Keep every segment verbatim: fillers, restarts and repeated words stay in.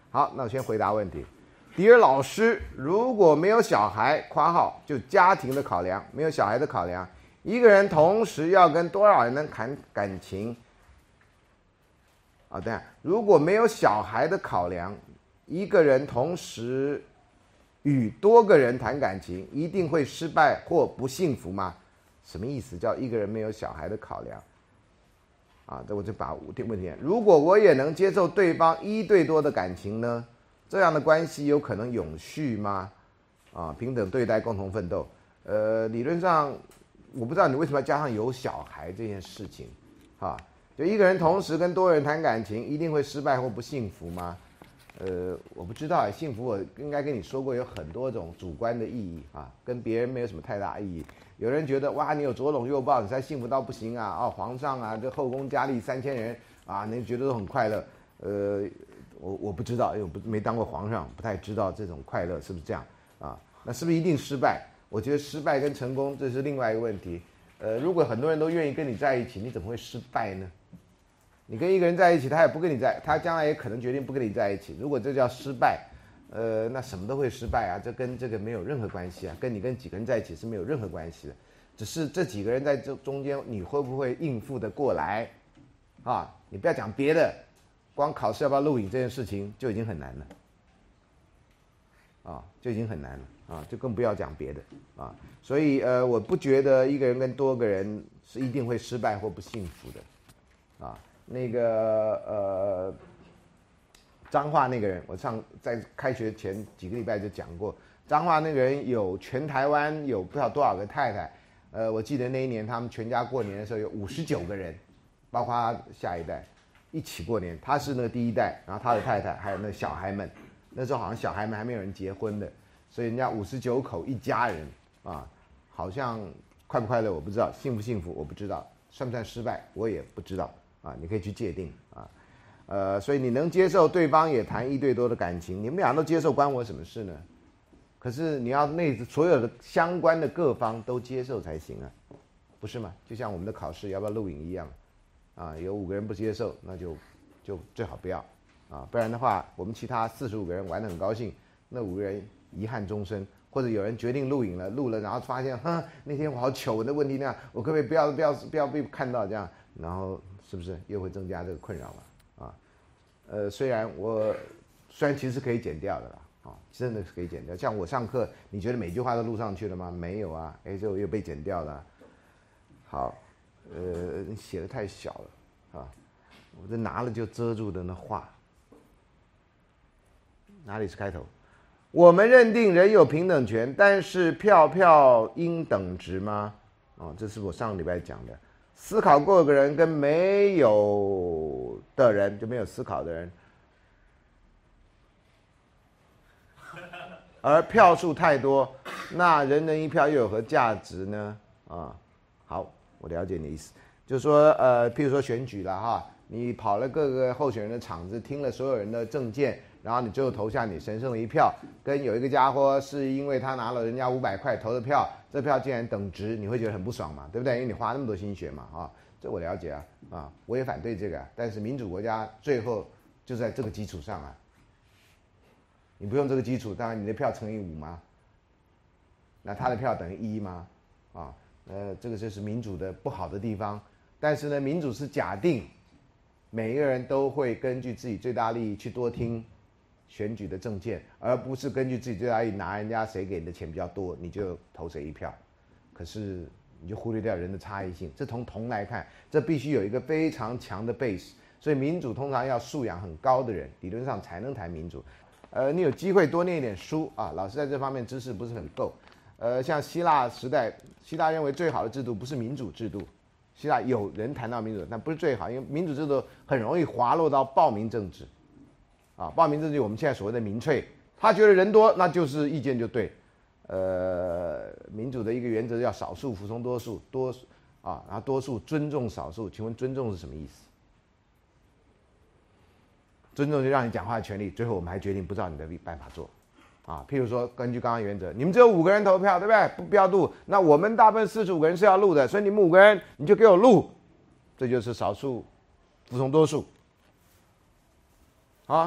好，那我先回答问题。迪尔老师，如果没有小孩（括号就家庭的考量，没有小孩的考量），一个人同时要跟多少人能谈感情？啊，对啊，如果没有小孩的考量，一个人同时与多个人谈感情，一定会失败或不幸福吗？什么意思？叫一个人没有小孩的考量？啊，这我就把问题：如果我也能接受对方一对多的感情呢？这样的关系有可能永续吗？啊，平等对待，共同奋斗。呃，理论上，我不知道你为什么要加上有小孩这件事情，啊。就一个人同时跟多人谈感情，一定会失败或不幸福吗？呃，我不知道，幸福我应该跟你说过，有很多种主观的意义啊，跟别人没有什么太大意义。有人觉得哇，你有左拥右抱，你才幸福到不行啊！哦，皇上啊，这后宫佳丽三千人啊，你觉得都很快乐。呃，我我不知道，因为我不没当过皇上，不太知道这种快乐是不是这样啊？那是不是一定失败？我觉得失败跟成功这是另外一个问题。呃，如果很多人都愿意跟你在一起，你怎么会失败呢？你跟一个人在一起，他也不跟你在，他将来也可能决定不跟你在一起。如果这叫失败，呃，那什么都会失败啊，这跟这个没有任何关系啊，跟你跟几个人在一起是没有任何关系的，只是这几个人在这中间，你会不会应付得过来啊？你不要讲别的，光考试要不要录影这件事情就已经很难了，啊，就已经很难了啊，就更不要讲别的啊。所以呃，我不觉得一个人跟多个人是一定会失败或不幸福的，啊。那个呃，彰化那个人，我上在开学前几个礼拜就讲过，彰化那个人有全台湾有不知道多少个太太，呃，我记得那一年他们全家过年的时候有五十九个人，包括他下一代一起过年，他是那个第一代，然后他的太太还有那个小孩们，那时候好像小孩们还没有人结婚的，所以人家五十九口一家人啊，好像快不快乐我不知道，幸不幸福我不知道，算不算失败我也不知道。啊，你可以去界定啊，呃，所以你能接受对方也谈一对多的感情，你们俩都接受，关我什么事呢？可是你要那所有的相关的各方都接受才行啊，不是吗？就像我们的考试要不要录影一样，啊，有五个人不接受，那就就最好不要啊，不然的话，我们其他四十五个人玩得很高兴，那五个人遗憾终身。或者有人决定录影了，录了，然后发现，哼，那天我好糗，我的问题那样，我可不可以不要不要不要被看到这样？然后是不是又会增加这个困扰了啊？呃，虽然我虽然其实可以剪掉的啦，啊，真的是可以剪掉。像我上课，你觉得每句话都录上去了吗？没有啊，哎，就又被剪掉了。好，呃，你写的太小了啊，我这拿了就遮住的那话，哪里是开头？我们认定人有平等权，但是票票应等值吗？哦，这是我上个礼拜讲的。思考过的人跟没有的人，就没有思考的人，而票数太多，那人人一票又有何价值呢？啊，好，我了解你的意思，就是说，呃，譬如说选举了哈，你跑了各个候选人的场子，听了所有人的政见。然后你最后投下你神圣的一票，跟有一个家伙是因为他拿了人家五百块投的票，这票竟然等值，你会觉得很不爽嘛，对不对？因为你花那么多心血嘛，啊，这我了解啊，啊，我也反对这个、啊，但是民主国家最后就在这个基础上啊，你不用这个基础，当然你的票乘以五吗？那他的票等于一吗？啊，呃，这个就是民主的不好的地方，但是呢，民主是假定每一个人都会根据自己最大利益去多听。选举的政见，而不是根据自己最大利益拿人家谁给你的钱比较多，你就投谁一票。可是你就忽略掉人的差异性。这从同来看，这必须有一个非常强的 base。所以民主通常要素养很高的人，理论上才能谈民主。呃，你有机会多念一点书啊，老师在这方面知识不是很够。呃，像希腊时代，希腊认为最好的制度不是民主制度，希腊有人谈到民主，但不是最好，因为民主制度很容易滑落到暴民政治。啊，暴民政治我们现在所谓的民粹，他觉得人多那就是意见就对，呃，民主的一个原则叫少数服从多数，多啊，然后多数尊重少数。请问尊重是什么意思？尊重就让你讲话的权利，最后我们还决定不照你的办法做，啊，譬如说根据刚刚原则，你们只有五个人投票，对不对？不不要录，那我们大部分四十五个人是要录的，所以你们五个人你就给我录，这就是少数服从多数，啊。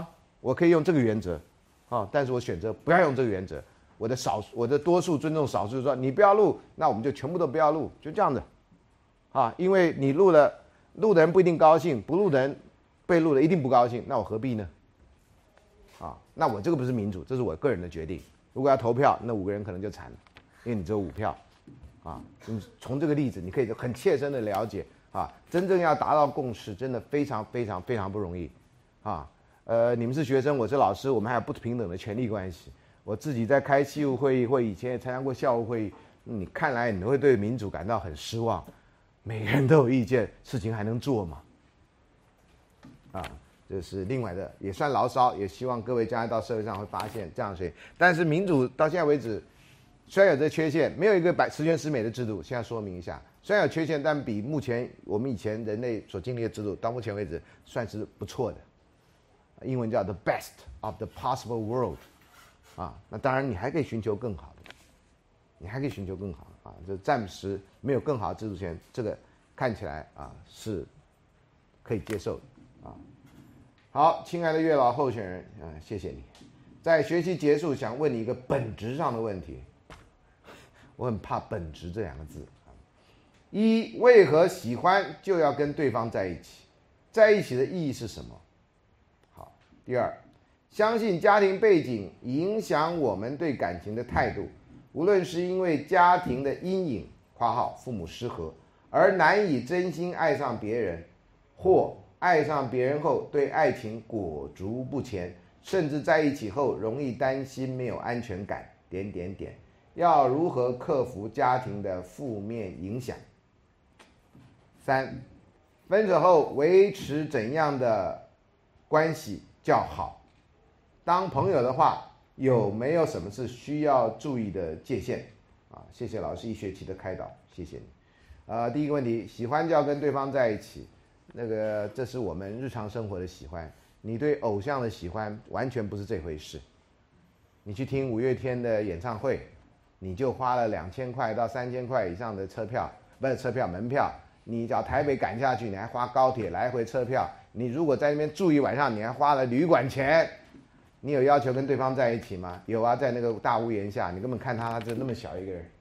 我可以用这个原则，啊，但是我选择不要用这个原则。我的少我的多数尊重少数，说你不要录，那我们就全部都不要录，就这样子，啊，因为你录了，录的人不一定高兴，不录的人被录的一定不高兴，那我何必呢？啊，那我这个不是民主，这是我个人的决定。如果要投票，那五个人可能就惨了，因为你只有五票，啊，你从这个例子你可以很切身的了解，啊，真正要达到共识，真的非常非常非常不容易，啊，呃，你们是学生，我是老师，我们还有不平等的权利关系。我自己在开系务会议，或以前也参加过校务会议，你看来你会对民主感到很失望，每个人都有意见，事情还能做吗？啊，这是另外的，也算牢骚，也希望各位将来到社会上会发现这样的事情。但是民主到现在为止，虽然有这缺陷，没有一个百十全十美的制度。现在说明一下，虽然有缺陷，但比目前我们以前人类所经历的制度，到目前为止算是不错的。英文叫 the best of the possible world。啊，那当然你还可以寻求更好的，你还可以寻求更好的啊。这暂时没有更好的制度前，这个看起来啊是可以接受的啊。好，亲爱的月老候选人啊，谢谢你。在学期结束，想问你一个本质上的问题，我很怕本质这两个字。一，为何喜欢就要跟对方在一起？在一起的意义是什么？好，第二。相信家庭背景影响我们对感情的态度，无论是因为家庭的阴影（括号父母失和）而难以真心爱上别人，或爱上别人后对爱情裹足不前，甚至在一起后容易担心没有安全感，点点点。要如何克服家庭的负面影响？三，分手后维持怎样的关系较好？当朋友的话，有没有什么是需要注意的界限？啊，谢谢老师一学期的开导，谢谢你。呃，第一个问题，喜欢就要跟对方在一起，那个这是我们日常生活的喜欢。你对偶像的喜欢完全不是这回事。你去听五月天的演唱会，你就花了两千块到三千块以上的车票，不是车票门票。你找台北赶下去，你还花高铁来回车票。你如果在那边住一晚上，你还花了旅馆钱。你有要求跟对方在一起吗？有啊，在那个大屋檐下，你根本看他，他就那么小一个人。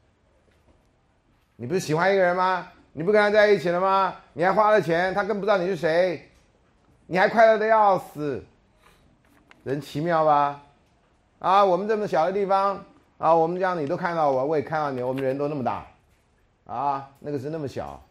你不是喜欢一个人吗？你不跟他在一起了吗？你还花了钱，他更不知道你是谁，你还快乐的要死，人奇妙吧？啊，我们这么小的地方啊，我们这样你都看到我，我也看到你，我们人都那么大，啊，那个是那么小。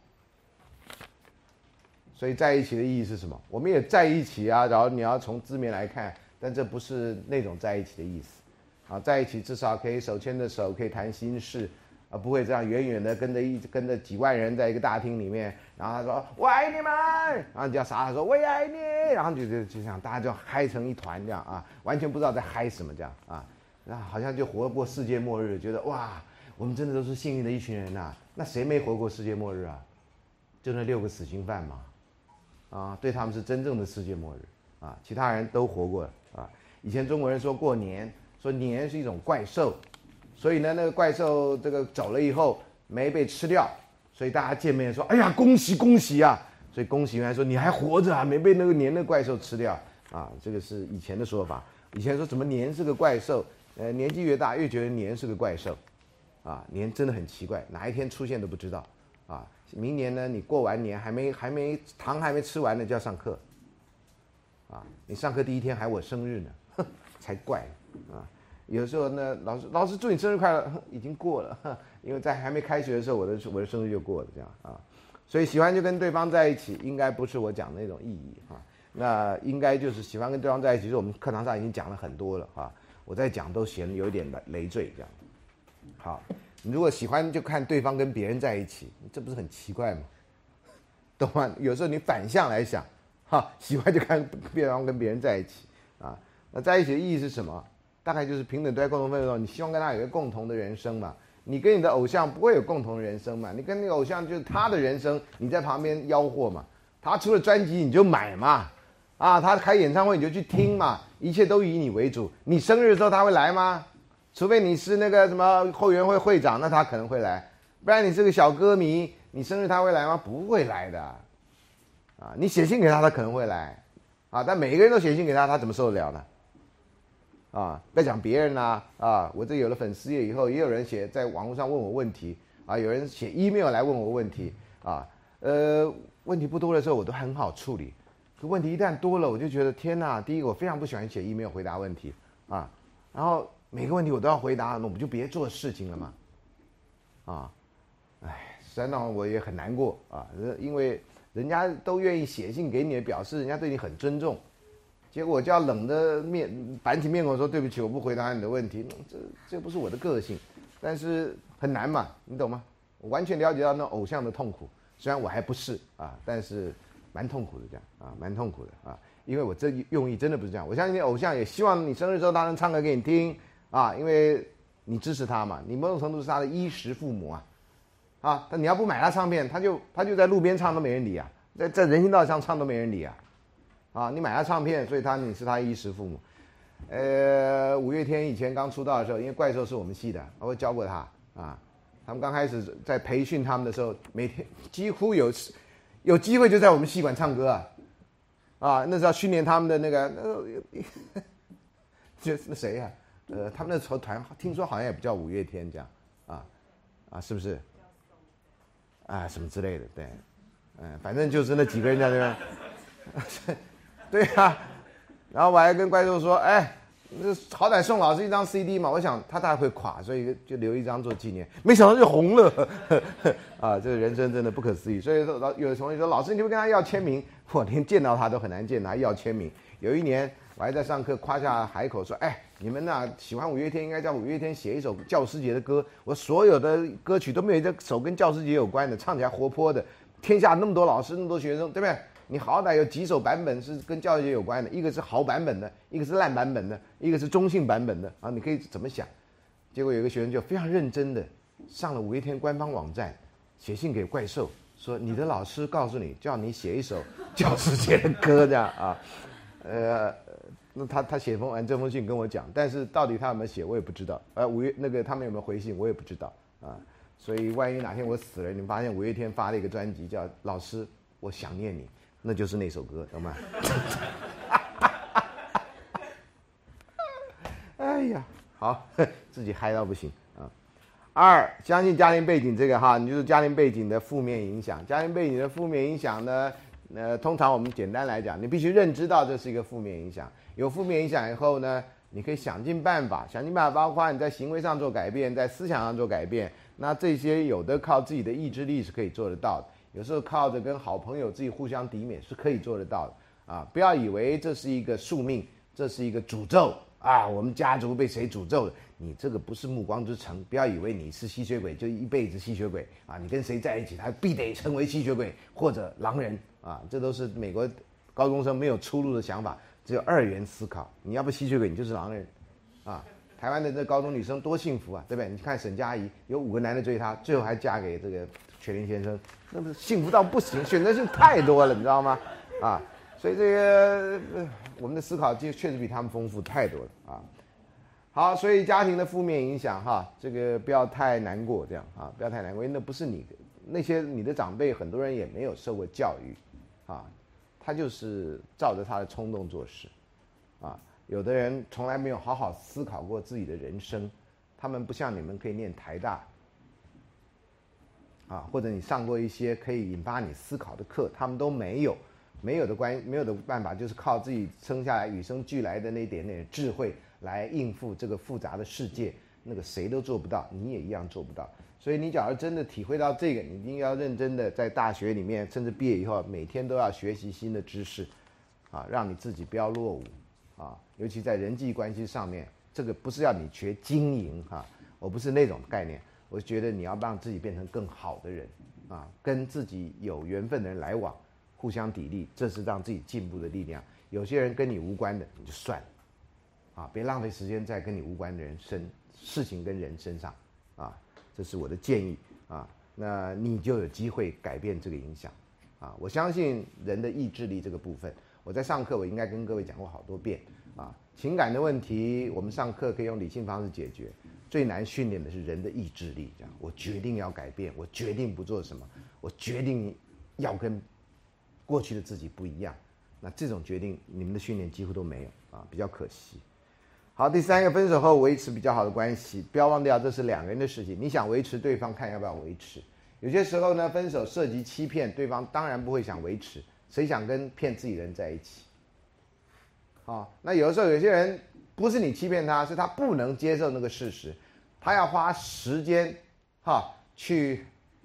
所以在一起的意义是什么？我们也在一起啊，然后你要从字面来看。但这不是那种在一起的意思，啊，在一起至少可以手牵着手，可以谈心事，啊，不会这样远远的跟着一跟着几万人在一个大厅里面，然后他说我爱你们，然后你就要傻傻说我也爱你，然后就就就这样大家就嗨成一团这样啊，完全不知道在嗨什么这样啊，那好像就活过世界末日，觉得哇，我们真的都是幸运的一群人呐、啊。那谁没活过世界末日啊？就那六个死刑犯嘛，啊，对他们是真正的世界末日啊，其他人都活过了。啊，以前中国人说过年，说年是一种怪兽，所以呢，那个怪兽这个走了以后没被吃掉，所以大家见面说，哎呀，恭喜恭喜啊！所以恭喜原来说你还活着啊，没被那个年的怪兽吃掉啊，这个是以前的说法。以前说什么年是个怪兽，呃，年纪越大越觉得年是个怪兽，啊，年真的很奇怪，哪一天出现都不知道啊。明年呢，你过完年还没还没糖还没吃完呢，就要上课。啊，你上课第一天还我生日呢，呵才怪啊！有时候呢，老师老师祝你生日快乐，已经过了，因为在还没开学的时候，我的我的生日就过了，这样啊。所以喜欢就跟对方在一起，应该不是我讲的那种意义啊。那应该就是喜欢跟对方在一起，就是我们课堂上已经讲了很多了啊。我在讲都显得有点累赘这样。好，你如果喜欢就看对方跟别人在一起，这不是很奇怪吗？懂吗？有时候你反向来想。哈，喜欢就看对方跟别人在一起啊，那在一起的意义是什么？大概就是平等对待、共同奋斗。你希望跟他有一个共同的人生嘛？你跟你的偶像不会有共同的人生嘛？你跟那个偶像就是他的人生，你在旁边吆喝嘛？他出了专辑你就买嘛？啊，他开演唱会你就去听嘛？一切都以你为主。你生日的时候他会来吗？除非你是那个什么后援会会长，那他可能会来。不然你是个小歌迷，你生日他会来吗？不会来的。啊，你写信给他，他可能会来， 啊，但每个人都写信给他，他怎么受得了呢？啊，不要讲别人啦、啊，啊，我这有了粉丝页以后，也有人写在网络上问我问题啊，有人写 email 来问我问题啊，呃，问题不多的时候我都很好处理，可问题一旦多了，我就觉得天哪！第一个我非常不喜欢写 email 回答问题啊，然后每个问题我都要回答，那我们就别做事情了嘛，啊，哎，实际上我也很难过啊，因为人家都愿意写信给你，表示人家对你很尊重。结果我就要冷的面板起面孔说对不起，我不回答你的问题，这这不是我的个性，但是很难嘛，你懂吗？我完全了解到那偶像的痛苦，虽然我还不是啊，但是蛮痛苦的这样啊，蛮痛苦的啊，因为我这用意真的不是这样。我相信你偶像也希望你生日时候他能唱歌给你听啊，因为你支持他嘛，你某种程度是他的衣食父母啊，啊，但你要不买他唱片，他就他就在路边唱都没人理啊，在在人行道上唱都没人理啊。啊，你买他唱片，所以他你是他衣食父母。呃，五月天以前刚出道的时候，因为怪兽是我们系的，我教过他啊。他们刚开始在培训他们的时候，每天几乎有有机会就在我们系馆唱歌啊。啊，那是要训练他们的那个，呃、就那谁呀、啊？呃，他们那团听说好像也不叫五月天这样啊啊，是不是？啊，什么之类的，对，嗯，反正就是那几个人在那边。对啊，然后我还跟怪兽说，哎，好歹送老师一张 C D 嘛，我想他大概会垮，所以就留一张做纪念。没想到就红了，啊，这个人生真的不可思议。所以说，有的同学说，老师你会跟他要签名，我连见到他都很难见他要签名。有一年我还在上课夸下海口说，哎，你们呐、啊、喜欢五月天，应该叫五月天写一首教师节的歌。我所有的歌曲都没有一首跟教师节有关的，唱起来活泼的。天下那么多老师，那么多学生，对不对？你好歹有几首版本是跟教育节有关的，一个是好版本的，一个是烂版本的，一个是中性版本的啊，你可以怎么想？结果有一个学生就非常认真的上了五月天官方网站，写信给怪兽说：“你的老师告诉你，叫你写一首教师节的歌，这样啊。”呃，那他他写封完这封信跟我讲，但是到底他有没有写，我也不知道。呃，五月那个他们有没有回信，我也不知道啊。所以万一哪天我死了，你们发现五月天发了一个专辑叫《老师，我想念你》。那就是那首歌，懂吗？哎呀，好，自己嗨到不行啊！二，相信家庭背景这个哈，你就是家庭背景的负面影响。家庭背景的负面影响呢，呃，通常我们简单来讲，你必须认知到这是一个负面影响。有负面影响以后呢，你可以想尽办法，想尽办法，包括你在行为上做改变，在思想上做改变。那这些有的靠自己的意志力是可以做得到的。有时候靠着跟好朋友自己互相抵勉是可以做得到的啊！不要以为这是一个宿命，这是一个诅咒啊！我们家族被谁诅咒了？你这个不是暮光之城，不要以为你是吸血鬼就一辈子吸血鬼啊！你跟谁在一起，他必得成为吸血鬼或者狼人啊！这都是美国高中生没有出路的想法，只有二元思考。你要不吸血鬼，你就是狼人啊！台湾的这高中女生多幸福啊，对不对？你看沈佳宜有五个男的追她，最后还嫁给这个雪林先生。那么幸福到不行，选择性太多了，你知道吗？啊，所以这个、呃、我们的思考确实比他们丰富太多了啊。好，所以家庭的负面影响哈，这个不要太难过，这样啊，不要太难过，因为那不是你的，那些你的长辈很多人也没有受过教育，啊，他就是照着他的冲动做事，啊，有的人从来没有好好思考过自己的人生，他们不像你们可以念台大。啊，或者你上过一些可以引发你思考的课，他们都没有，没有的关没有的办法，就是靠自己生下来与生俱来的那点点智慧来应付这个复杂的世界，那个谁都做不到，你也一样做不到。所以你假如真的体会到这个，你一定要认真的在大学里面，甚至毕业以后，每天都要学习新的知识，啊，让你自己不要落伍，啊，尤其在人际关系上面，这个不是要你学经营哈、啊，我不是那种概念。我觉得你要让自己变成更好的人啊，跟自己有缘分的人来往，互相砥砺，这是让自己进步的力量。有些人跟你无关的，你就算了，啊，别浪费时间在跟你无关的人身事情跟人身上，啊，这是我的建议啊。那你就有机会改变这个影响，啊，我相信人的意志力这个部分，我在上课我应该跟各位讲过好多遍啊。情感的问题，我们上课可以用理性方式解决。最难训练的是人的意志力，这样我决定要改变，我决定不做什么，我决定要跟过去的自己不一样， 那这种决定你们的训练几乎都没有啊，比较可惜。好，第三个，分手后维持比较好的关系，不要忘掉这是两个人的事情，你想维持，对方看要不要维持。有些时候呢，分手涉及欺骗，对方当然不会想维持，谁想跟骗自己人在一起？啊，那有的时候有些人不是你欺骗他，是他不能接受那个事实，他要花时间哈去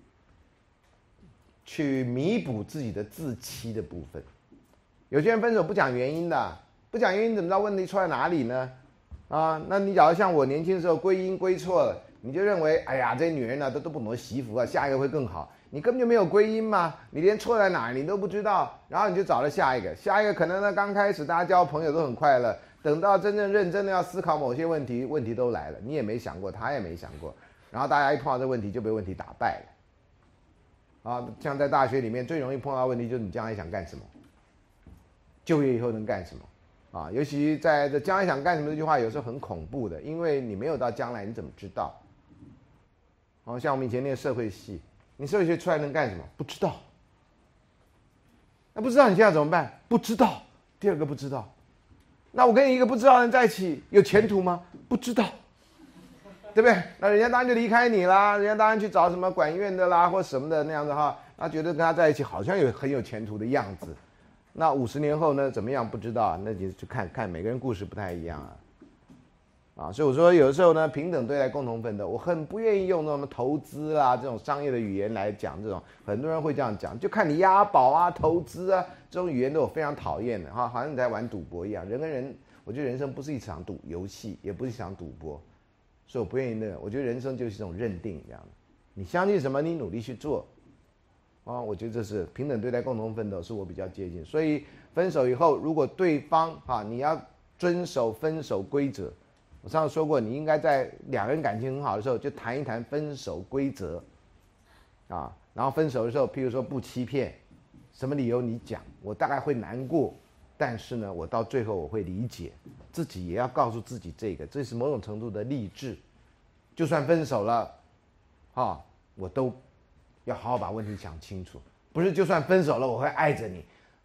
去弥补自己的自欺的部分。有些人分手不讲原因的，不讲原因怎么知道问题出在哪里呢？啊，那你假如像我年轻的时候归因归错了，你就认为哎呀这些女人呢、啊、都都不懂得惜福啊，下一个会更好，你根本就没有归因嘛，你连错在哪儿你都不知道，然后你就找了下一个，下一个可能呢刚开始大家交朋友都很快乐，等到真正认真的要思考某些问题，问题都来了，你也没想过，他也没想过，然后大家一碰到这个问题就被问题打败了。啊，像在大学里面最容易碰到的问题就是你将来想干什么，就业以后能干什么。啊，尤其在这将来想干什么这句话，有时候很恐怖的，因为你没有到将来，你怎么知道？哦，像我们以前念社会系，你社会学出来能干什么？不知道。那不知道你现在怎么办？不知道。第二个不知道。那我跟你一个不知道的人在一起，有前途吗？不知道，对不对？那人家当然就离开你啦，人家当然去找什么管院的啦，或什么的那样子哈，他觉得跟他在一起好像有很有前途的样子。那五十年后呢？怎么样？不知道，那就就看看每个人故事不太一样啊，啊，所以我说有的时候呢，平等对待，共同奋斗，我很不愿意用那么投资啊这种商业的语言来讲这种，很多人会这样讲，就看你押宝啊、投资啊这种语言都我非常讨厌的哈，好像你在玩赌博一样。人跟人，我觉得人生不是一场赌游戏，也不是一场赌博，所以我不愿意那个。我觉得人生就是一种认定这样的，你相信什么，你努力去做。啊，我觉得这是平等对待、共同奋斗，是我比较接近。所以分手以后，如果对方啊，你要遵守分手规则。我上次说过，你应该在两个人感情很好的时候，就谈一谈分手规则，啊，然后分手的时候，譬如说不欺骗，什么理由你讲，我大概会难过，但是呢，我到最后我会理解，自己也要告诉自己这个，这是某种程度的励志。就算分手了，啊，我都要好好把问题想清楚，不是就算分手了我会爱着你，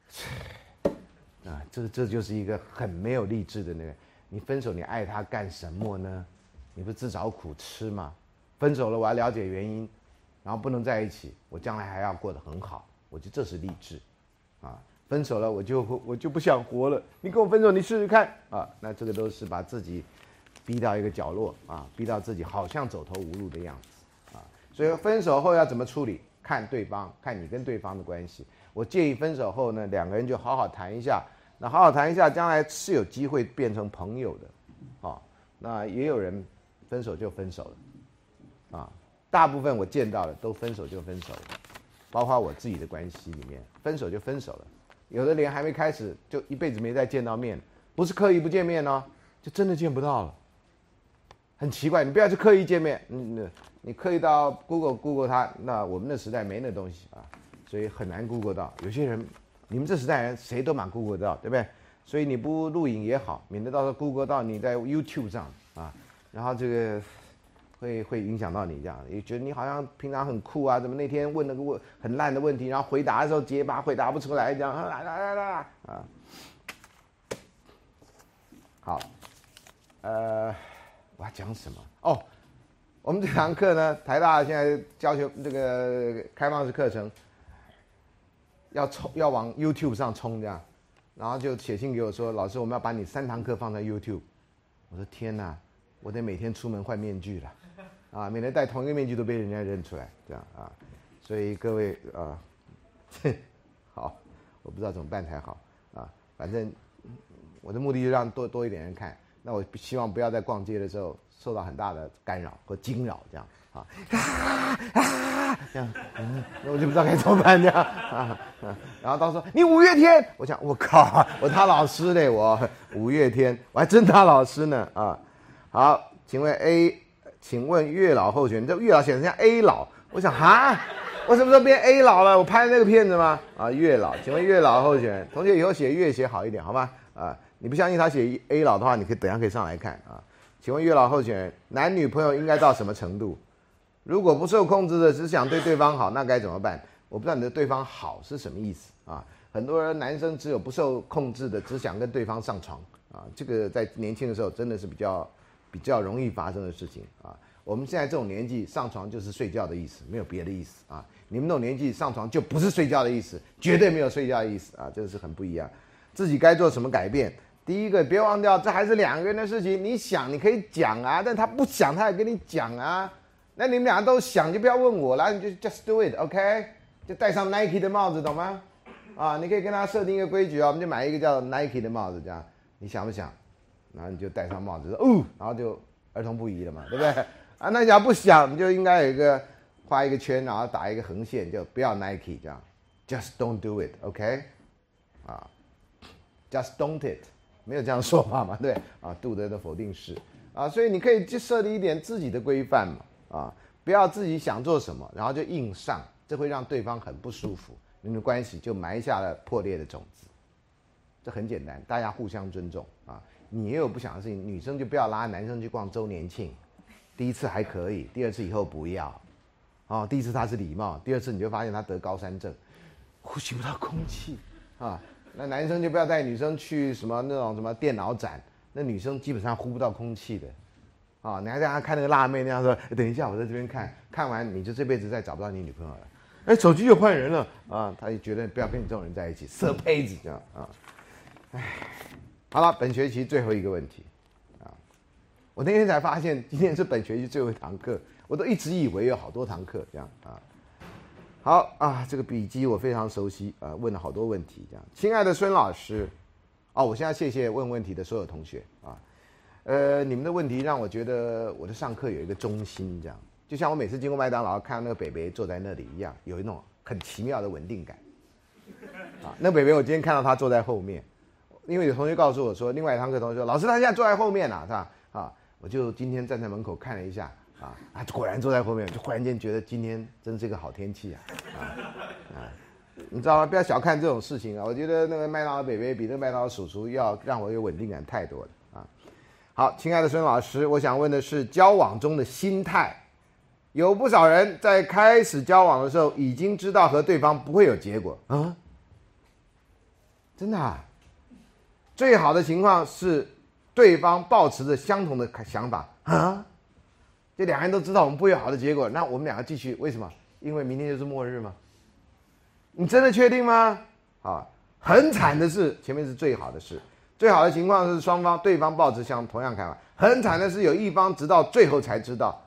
啊，这这就是一个很没有励志的那个。你分手你爱他干什么呢？你不是自找苦吃吗？分手了我要了解原因，然后不能在一起，我将来还要过得很好，我觉得这是励志，啊，分手了我就我就不想活了，你跟我分手你试试看啊，那这个都是把自己逼到一个角落啊，逼到自己好像走投无路的样子。所以分手后要怎么处理，看对方，看你跟对方的关系。我建议分手后呢，两个人就好好谈一下，那好好谈一下，将来是有机会变成朋友的，啊，那也有人分手就分手了，啊，大部分我见到的都分手就分手了，包括我自己的关系里面，分手就分手了，有的连还没开始就一辈子没再见到面，不是刻意不见面哦，就真的见不到了。很奇怪，你不要去刻意见面，嗯，你刻意到 Google Google 它，那我们那时代没那东西啊，所以很难 Google 到。有些人，你们这时代人谁都蛮 Google 到，对不对？所以你不录影也好，免得到时候 Google 到你在 YouTube 上啊，然后这个会会影响到你这样，也觉得你好像平常很酷啊，怎么那天问了个问很烂的问题，然后回答的时候结巴回答不出来，这样来来来来啊，好，呃。我要讲什么？哦，我们这堂课呢，台大现在教学这个开放式课程，要冲要往 YouTube 上冲这样，然后就写信给我说，老师，我们要把你三堂课放在 YouTube。我说天哪，我得每天出门换面具了，啊，免得戴同一个面具都被人家认出来，这样啊。所以各位啊，好，我不知道怎么办才好啊。反正我的目的就让多多一点人看。那我希望不要在逛街的时候受到很大的干扰和惊扰，这样啊啊啊，这样，嗯，那我就不知道该怎么办这样啊啊。然后到时候你五月天，我想我靠，我他老师嘞，我五月天，我还真他老师呢啊。好，请问 A， 请问月老候选人，这月老显得像 A 老，我想哈，我什么时候变 A 老了？我拍那个片子吗？啊，月老，请问月老候选人，同学以后写月写好一点好吗？啊。你不相信他写 A 老的话，你可以等一下可以上来看啊。请问月老候选人，男女朋友应该到什么程度？如果不受控制的只想对对方好，那该怎么办？我不知道你的对方好是什么意思啊？ 很多男生只有不受控制的，只想跟对方上床啊，这个在年轻的时候真的是比较比较容易发生的事情啊。我们现在这种年纪上床就是睡觉的意思，没有别的意思啊。你们那种年纪上床就不是睡觉的意思，绝对没有睡觉的意思啊，这个是很不一样。自己该做什么改变？第一个，别忘掉，这还是两个人的事情。你想，你可以讲啊，但他不想，他也跟你讲啊。那你们俩都想，就不要问我了，你就 just do it，OK？、Okay? 就戴上 Nike 的帽子，懂吗？啊，你可以跟他设定一个规矩啊，我们就买一个叫 Nike 的帽子，这样你想不想？然后你就戴上帽子，说哦，然后就儿童不宜了嘛，对不对？啊，那假如不想，你就应该有一个画一个圈，然后打一个横线，就不要 Nike 这样 ，just don't do it，OK？、Okay? 啊 ，just don't it。没有这样说法嘛？对啊，杜德的否定式啊，所以你可以去设立一点自己的规范嘛啊，不要自己想做什么，然后就硬上，这会让对方很不舒服，你们的关系就埋下了破裂的种子。这很简单，大家互相尊重啊。你也有不想的事情，女生就不要拉男生去逛周年庆，第一次还可以，第二次以后不要。哦，第一次他是礼貌，第二次你就发现他得高山症，呼吸不到空气啊。那男生就不要带女生去什么那种什么电脑展，那女生基本上呼不到空气的，啊，你还让她看那个辣妹那样说，等一下我在这边看，看完你就这辈子再找不到你女朋友了，哎，手机又换人了啊，他就觉得不要跟你这种人在一起，色胚子这样啊，哎，好了，本学期最后一个问题，啊，我那天才发现今天是本学期最后一堂课，我都一直以为有好多堂课这样啊。好啊，这个笔记我非常熟悉啊，问了好多问题。这样，亲爱的孙老师，哦，我现在谢谢问问题的所有同学啊，呃，你们的问题让我觉得我的上课有一个中心，这样，就像我每次经过麦当劳看到那个北北坐在那里一样，有一种很奇妙的稳定感。啊，那北北我今天看到他坐在后面，因为有同学告诉我说，另外一堂课同学说，老师他现在坐在后面了，是吧？啊，我就今天站在门口看了一下。啊，啊，果然坐在后面，就忽然间觉得今天真是一个好天气啊！啊，啊你知道吗？不要小看这种事情啊！我觉得那个麦当劳北北比那个麦当劳叔叔要让我有稳定感太多了啊！好，亲爱的孙老师，我想问的是交往中的心态。有不少人在开始交往的时候已经知道和对方不会有结果啊，真的啊！最好的情况是对方抱持着相同的想法啊。这两个人都知道我们不会有好的结果，那我们两个继续，为什么？因为明天就是末日吗？你真的确定吗？啊，很惨的是，前面是最好的事，最好的情况是双方对方抱持相同样看法，很惨的是有一方直到最后才知道，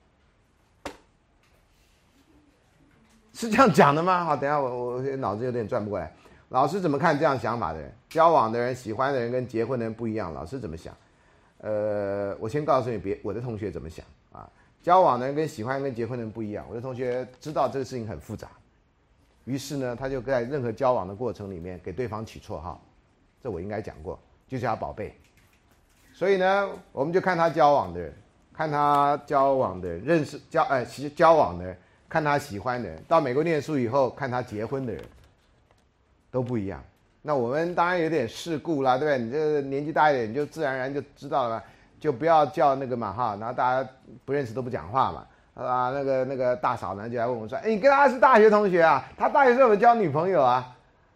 是这样讲的吗？好，等一下我我脑子有点转不过来。老师怎么看这样想法的人？交往的人、喜欢的人跟结婚的人不一样，老师怎么想？呃，我先告诉你，别我的同学怎么想啊？交往的人跟喜欢跟结婚的人不一样。我的同学知道这个事情很复杂，于是呢，他就在任何交往的过程里面给对方取绰号，这我应该讲过，就叫他宝贝。所以呢，我们就看他交往的人，看他交往的人，认识交呃交往的人，看他喜欢的人，到美国念书以后看他结婚的人，都不一样。那我们当然有点世故啦，对不对？你这年纪大一点，你就自然而然就知道了嘛，就不要叫那个嘛哈，然后大家不认识都不讲话嘛，啊，那个那个大嫂呢就来问我说，哎，你跟他是大学同学啊？他大学时候有交女朋友啊？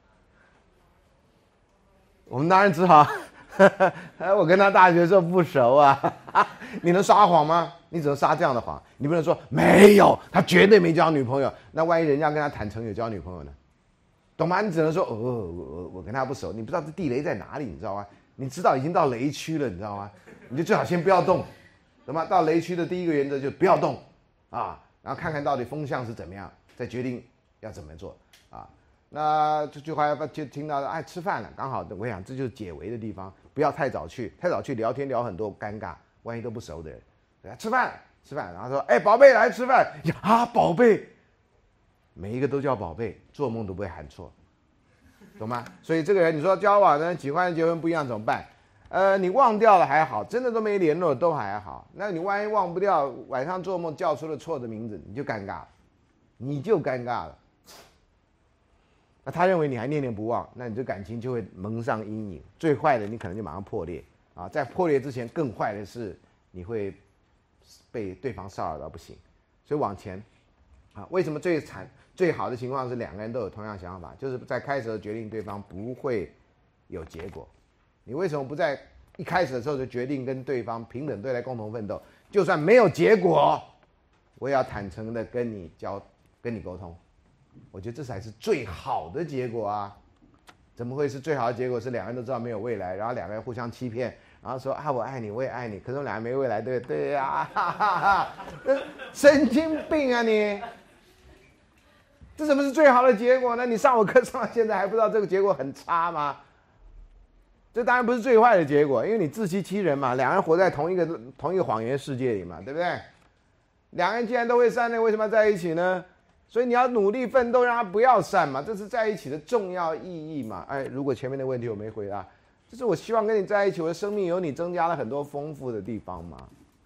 我们当然只好，我跟他大学时候不熟啊，你能撒谎吗？你只能撒这样的谎，你不能说没有，他绝对没交女朋友。那万一人家跟他坦诚有交女朋友呢？懂吗？你只能说，哦，我我跟他不熟，你不知道这地雷在哪里，你知道吗？你知道已经到雷区了，你知道吗？你就最好先不要动，懂吗？到雷区的第一个原则就是不要动，啊，然后看看到底风向是怎么样，再决定要怎么做，啊，那这句话就听到了，哎，吃饭了，刚好，我想这就是解围的地方，不要太早去，太早去聊天聊很多尴尬，万一都不熟的人，对吧？吃饭吃饭，然后说，哎，宝贝来吃饭，啊，宝贝。每一个都叫宝贝，做梦都不会喊错，懂吗？所以这个人，你说交往呢，喜欢结婚不一样怎么办？呃，你忘掉了还好，真的都没联络都还好。那你万一忘不掉，晚上做梦叫出了错的名字，你就尴尬了，你就尴尬了。那他认为你还念念不忘，那你这感情就会蒙上阴影。最坏的，你可能就马上破裂啊！在破裂之前，更坏的是你会被对方骚扰到不行。所以往前。 啊，为什么最惨最好的情况是两个人都有同样想法，就是在开始的决定对方不会有结果。你为什么不在一开始的时候就决定跟对方平等对待，共同奋斗？就算没有结果，我也要坦诚的跟你交跟你沟通。我觉得这才是最好的结果啊！怎么会是最好的结果？是两个人都知道没有未来，然后两个人互相欺骗，然后说啊我爱你，我也爱你，可是我们两个没未来，对对呀、啊，哈哈哈，神经病啊你！这怎么是最好的结果呢？你上我课上到现在还不知道这个结果很差吗？这当然不是最坏的结果，因为你自欺欺人嘛，两人活在同一个同一个谎言世界里嘛，对不对？两个人既然都会散，那为什么要在一起呢？所以你要努力奋斗，让他不要散嘛，这是在一起的重要意义嘛。哎，如果前面的问题我没回答，就是我希望跟你在一起，我的生命有你增加了很多丰富的地方嘛。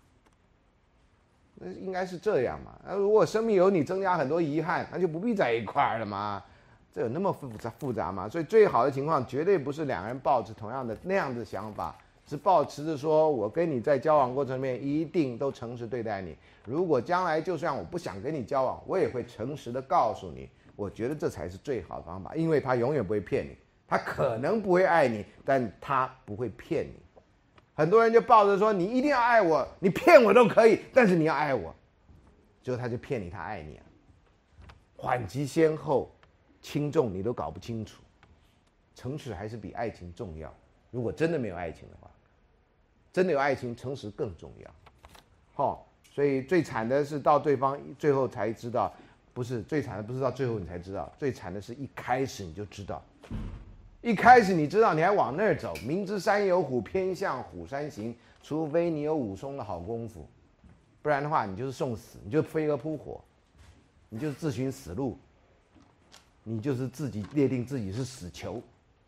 那应该是这样嘛。那如果生命有你增加很多遗憾，那就不必在一块儿了嘛。这有那么复杂复杂吗？所以最好的情况绝对不是两个人抱持同样的那样的想法，是抱持着说我跟你在交往过程里面一定都诚实对待你。如果将来就算我不想跟你交往，我也会诚实的告诉你。我觉得这才是最好的方法，因为他永远不会骗你。他可能不会爱你，但他不会骗你。很多人就抱着说你一定要爱我，你骗我都可以，但是你要爱我，最后他就骗你他爱你啊。缓急先后轻重你都搞不清楚，诚实还是比爱情重要。如果真的没有爱情的话，真的有爱情，诚实更重要。好、哦，所以最惨的是到对方最后才知道，不是最惨的不是到最后你才知道，最惨的是一开始你就知道。一开始你知道，你还往那儿走，明知山有虎，偏向虎山行。除非你有武松的好功夫，不然的话，你就是送死，你就飞蛾扑火，你就是自寻死路，你就是自己列定自己是死囚。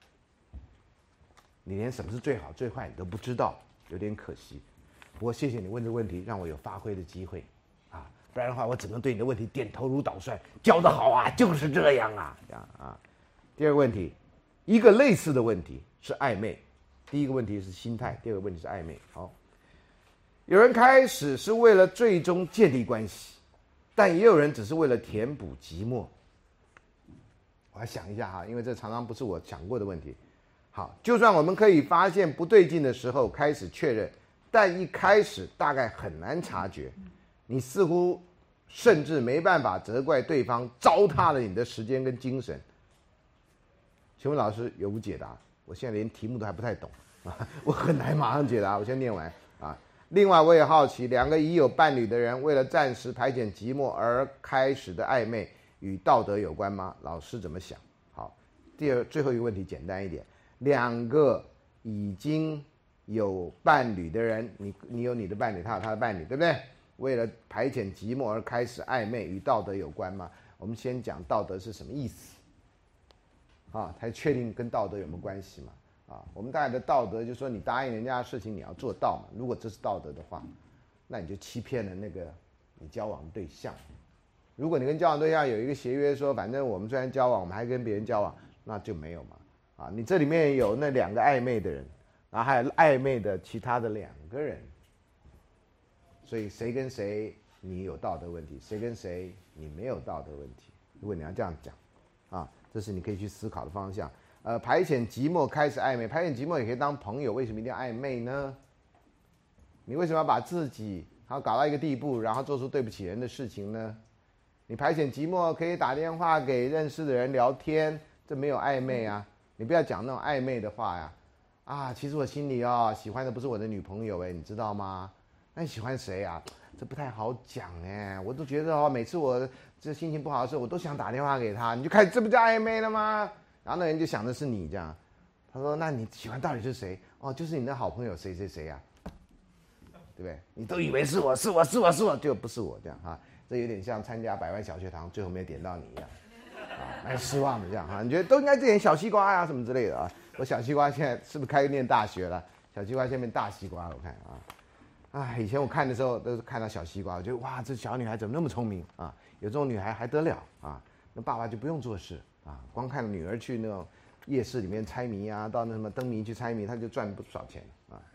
你连什么是最好最坏你都不知道，有点可惜。不过谢谢你问这个问题，让我有发挥的机会啊，不然的话，我只能对你的问题点头如捣蒜。教得好啊，就是这样啊，这样啊。第二个问题。一个类似的问题是暧昧，第一个问题是心态，第二个问题是暧昧。好，有人开始是为了最终建立关系，但也有人只是为了填补寂寞。我还想一下哈，因为这常常不是我想过的问题。好，就算我们可以发现不对劲的时候开始确认，但一开始大概很难察觉。你似乎甚至没办法责怪对方糟蹋了你的时间跟精神。请问老师有无解答？我现在连题目都还不太懂啊，我很难马上解答。我先念完啊。另外，我也好奇，两个已有伴侣的人为了暂时排遣寂寞而开始的暧昧，与道德有关吗？老师怎么想？好，第二最后一个问题简单一点，两个已经有伴侣的人，你你有你的伴侣，他有他的伴侣，对不对？为了排遣寂寞而开始暧昧，与道德有关吗？我们先讲道德是什么意思。啊，才确定跟道德有没有关系嘛？啊，我们大概的道德就是说，你答应人家的事情你要做到嘛。如果这是道德的话，那你就欺骗了那个你交往的对象。如果你跟交往对象有一个协约说，反正我们虽然交往，我们还跟别人交往，那就没有嘛。啊，你这里面有那两个暧昧的人，然后还有暧昧的其他的两个人，所以谁跟谁你有道德问题，谁跟谁你没有道德问题。如果你要这样讲，啊。这是你可以去思考的方向。呃，排遣寂寞开始暧昧，排遣寂寞也可以当朋友，为什么一定要暧昧呢？你为什么要把自己好搞到一个地步，然后做出对不起人的事情呢？你排遣寂寞可以打电话给认识的人聊天，这没有暧昧啊。你不要讲那种暧昧的话呀。啊，其实我心里哦喜欢的不是我的女朋友哎，你知道吗？那你喜欢谁啊？这不太好讲哎，我都觉得哦，每次我这心情不好的时候，我都想打电话给他，你就开始这不叫暧昧了吗？然后那人就想的是你这样，他说那你喜欢到底是谁？哦，就是你的好朋友谁谁谁呀、啊，对不对？你都以为是我是我是我是我，就不是我这样哈、啊，这有点像参加百万小学堂最后没有点到你一样，啊，蛮失望的这样哈、啊。你觉得都应该点小西瓜呀、啊、什么之类的啊？我小西瓜现在是不是开念大学了？小西瓜现在变大西瓜了，我看啊。啊，以前我看的时候都是看到小西瓜，我觉得哇，这小女孩怎么那么聪明啊？有这种女孩还得了啊？那爸爸就不用做事啊，光看女儿去那种夜市里面猜谜啊，到那什么灯谜去猜谜，他就赚不少钱啊。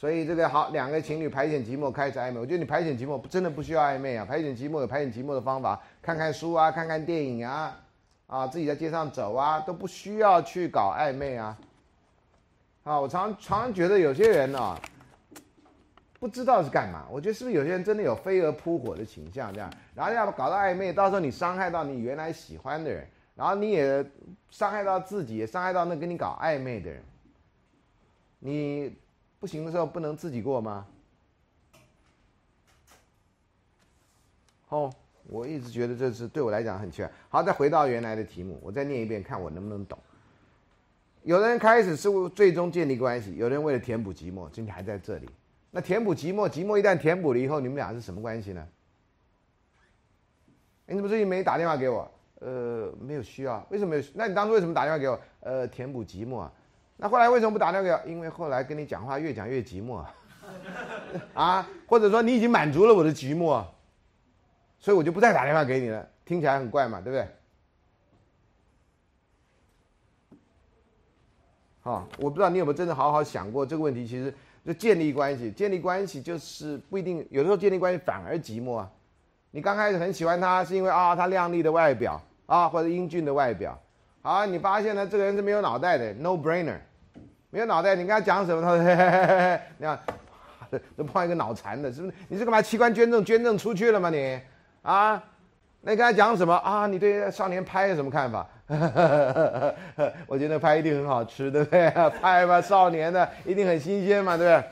所以这个好，两个情侣排遣寂寞开始暧昧，我觉得你排遣寂寞真的不需要暧昧啊，排遣寂寞有排遣寂寞的方法，看看书啊，看看电影啊，啊，自己在街上走啊，都不需要去搞暧昧啊。啊，我常常常觉得有些人啊，不知道是干嘛。我觉得是不是有些人真的有飞蛾扑火的倾向，这样，然后要搞到暧昧，到时候你伤害到你原来喜欢的人，然后你也伤害到自己，也伤害到那跟你搞暧昧的人。你不行的时候不能自己过吗？哦，我一直觉得这是对我来讲很奇怪。好，再回到原来的题目，我再念一遍，看我能不能懂。有人开始是最终建立关系，有人为了填补寂寞，今天还在这里。那填补寂寞，寂寞一旦填补了以后，你们俩是什么关系呢？你怎么最近没打电话给我？呃，没有需要。为什么没有？那你当初为什么打电话给我？呃，填补寂寞啊。那后来为什么不打电话给我？因为后来跟你讲话越讲越寂寞啊，啊，或者说你已经满足了我的寂寞啊，所以我就不再打电话给你了。听起来很怪嘛，对不对？啊，我不知道你有没有真的好好想过这个问题。其实就建立关系，建立关系就是不一定，有的时候建立关系反而寂寞啊。你刚开始很喜欢他，是因为啊他靓丽的外表啊，或者英俊的外表。好，你发现呢这个人是没有脑袋的 ，no brainer， 没有脑袋，你跟他讲什么，他说嘿嘿嘿嘿，你看，都碰一个脑残的，是不是？你是干嘛器官捐赠捐赠出去了吗你？啊？那你跟他讲什么啊？你对少年派有什么看法？我觉得派一定很好吃，对不对？派吧，少年的一定很新鲜嘛，对不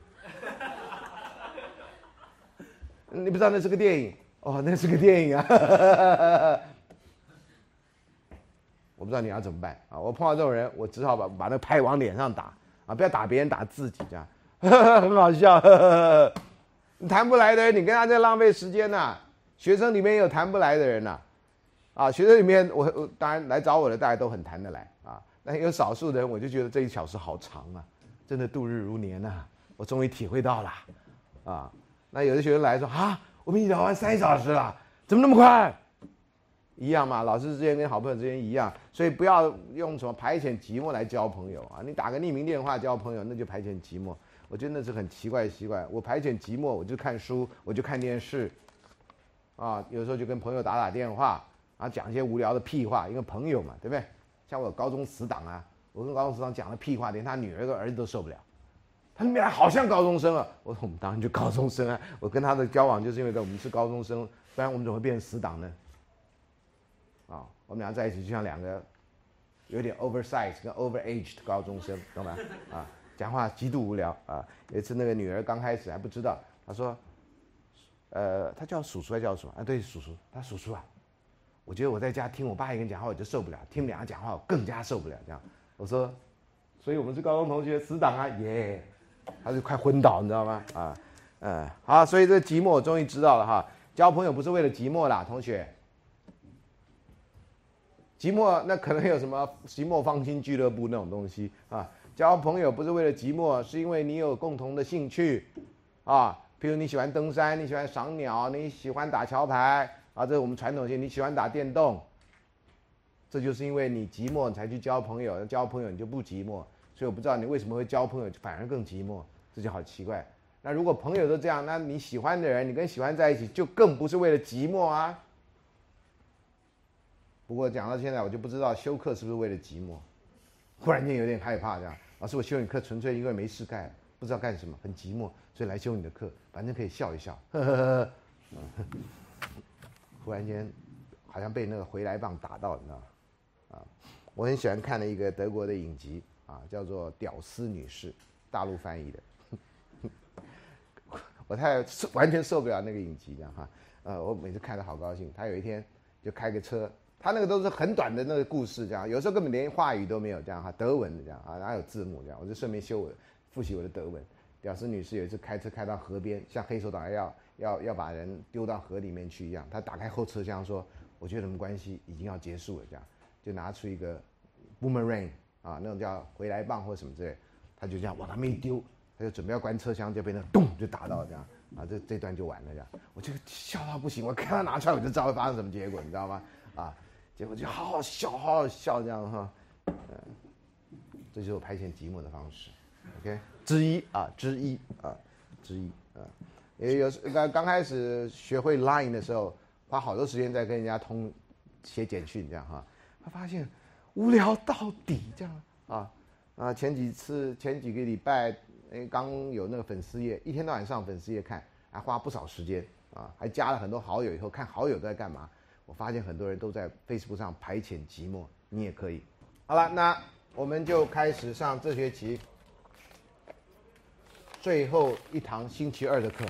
对？你不知道那是个电影哦，那是个电影啊！我不知道你要怎么办啊！我碰到这种人，我只好把把那派往脸上打啊，不要打别人，打自己这样，很好笑。你谈不来的人，你跟他在浪费时间呐、啊。学生里面也有谈不来的人呐、啊，啊，学生里面我我当然来找我的大家都很谈得来啊，但有少数的人我就觉得这一小时好长啊，真的度日如年呐、啊，我终于体会到了，啊，那有的学生来说啊，我们已经聊完三小时了，怎么那么快？一样嘛，老师之间跟好朋友之间一样，所以不要用什么排遣寂寞来交朋友啊，你打个匿名电话交朋友那就排遣寂寞，我觉得那是很奇怪的习惯。我排遣寂寞，我就看书，我就看电视。啊，有时候就跟朋友打打电话，啊，讲一些无聊的屁话，因为朋友嘛，对不对？像我有高中死党啊，我跟高中死党讲的屁话，连他女儿跟儿子都受不了。他们俩好像高中生啊，我说我们当然就高中生啊，我跟他的交往就是因为我们是高中生，不然我们怎么会变成死党呢？啊，我们俩在一起就像两个有点 oversize 跟 overage 的高中生，懂吗？啊，讲话极度无聊啊。有一次那个女儿刚开始还不知道，她说。呃，他叫叔叔还叫什么啊？对，叔叔。他叔叔啊，我觉得我在家听我爸一个人讲话我就受不了，听你们两个讲话我更加受不了。这样，我说，所以我们是高中同学，死党啊，耶！他就快昏倒，你知道吗？啊，嗯，好，所以这寂寞我终于知道了哈，交朋友不是为了寂寞啦，同学。寂寞那可能有什么寂寞芳心俱乐部那种东西啊？交朋友不是为了寂寞，是因为你有共同的兴趣，啊。比如你喜欢登山，你喜欢赏鸟，你喜欢打桥牌啊，这是我们传统性。你喜欢打电动，这就是因为你寂寞你才去交朋友，交朋友你就不寂寞。所以我不知道你为什么会交朋友反而更寂寞，这就好奇怪。那如果朋友都这样，那你喜欢的人，你跟喜欢在一起，就更不是为了寂寞啊。不过讲到现在，我就不知道修课是不是为了寂寞，忽然间有点害怕这样。老师，我修你课纯粹因为没事干，不知道干什么，很寂寞，所以来修你的课，反正可以笑一笑。呵呵呵忽然间，好像被那个回来棒打到，你知道吗？啊，我很喜欢看的一个德国的影集啊，叫做《屌丝女士》，大陆翻译的。我太完全受不了那个影集，这样哈。呃，我每次看得好高兴。他有一天就开个车，他那个都是很短的那个故事，这样有时候根本连话语都没有，这样哈，德文的这样啊，哪有字幕这样？我就顺便修我复习我的德文。屌丝女士有一次开车开到河边，像黑手党要要要把人丢到河里面去一样。她打开后车厢说：“我觉得我们关系已经要结束了。”这样就拿出一个 boomerang 啊，那种叫回来棒或什么之类，他就这样往那边一丢，他就准备要关车厢，就被那咚就打到这样啊，这这段就完了这样。我就笑到不行，我看他拿出来我就知道会发生什么结果，你知道吗？啊，结果就好好笑，好好笑这样哈，嗯，这就是我排遣寂寞的方式。 ，OK， 之一啊，之一啊，之一啊，也有刚刚开始学会 Line 的时候，花好多时间在跟人家通写简讯这样哈，他发现无聊到底这样啊啊，前几次前几个礼拜，哎，刚有那个粉丝页，一天到晚上粉丝页看，还花不少时间啊，还加了很多好友以后看好友都在干嘛，我发现很多人都在 Facebook 上排遣寂寞，你也可以。好了，那我们就开始上这学期最后一堂星期二的课。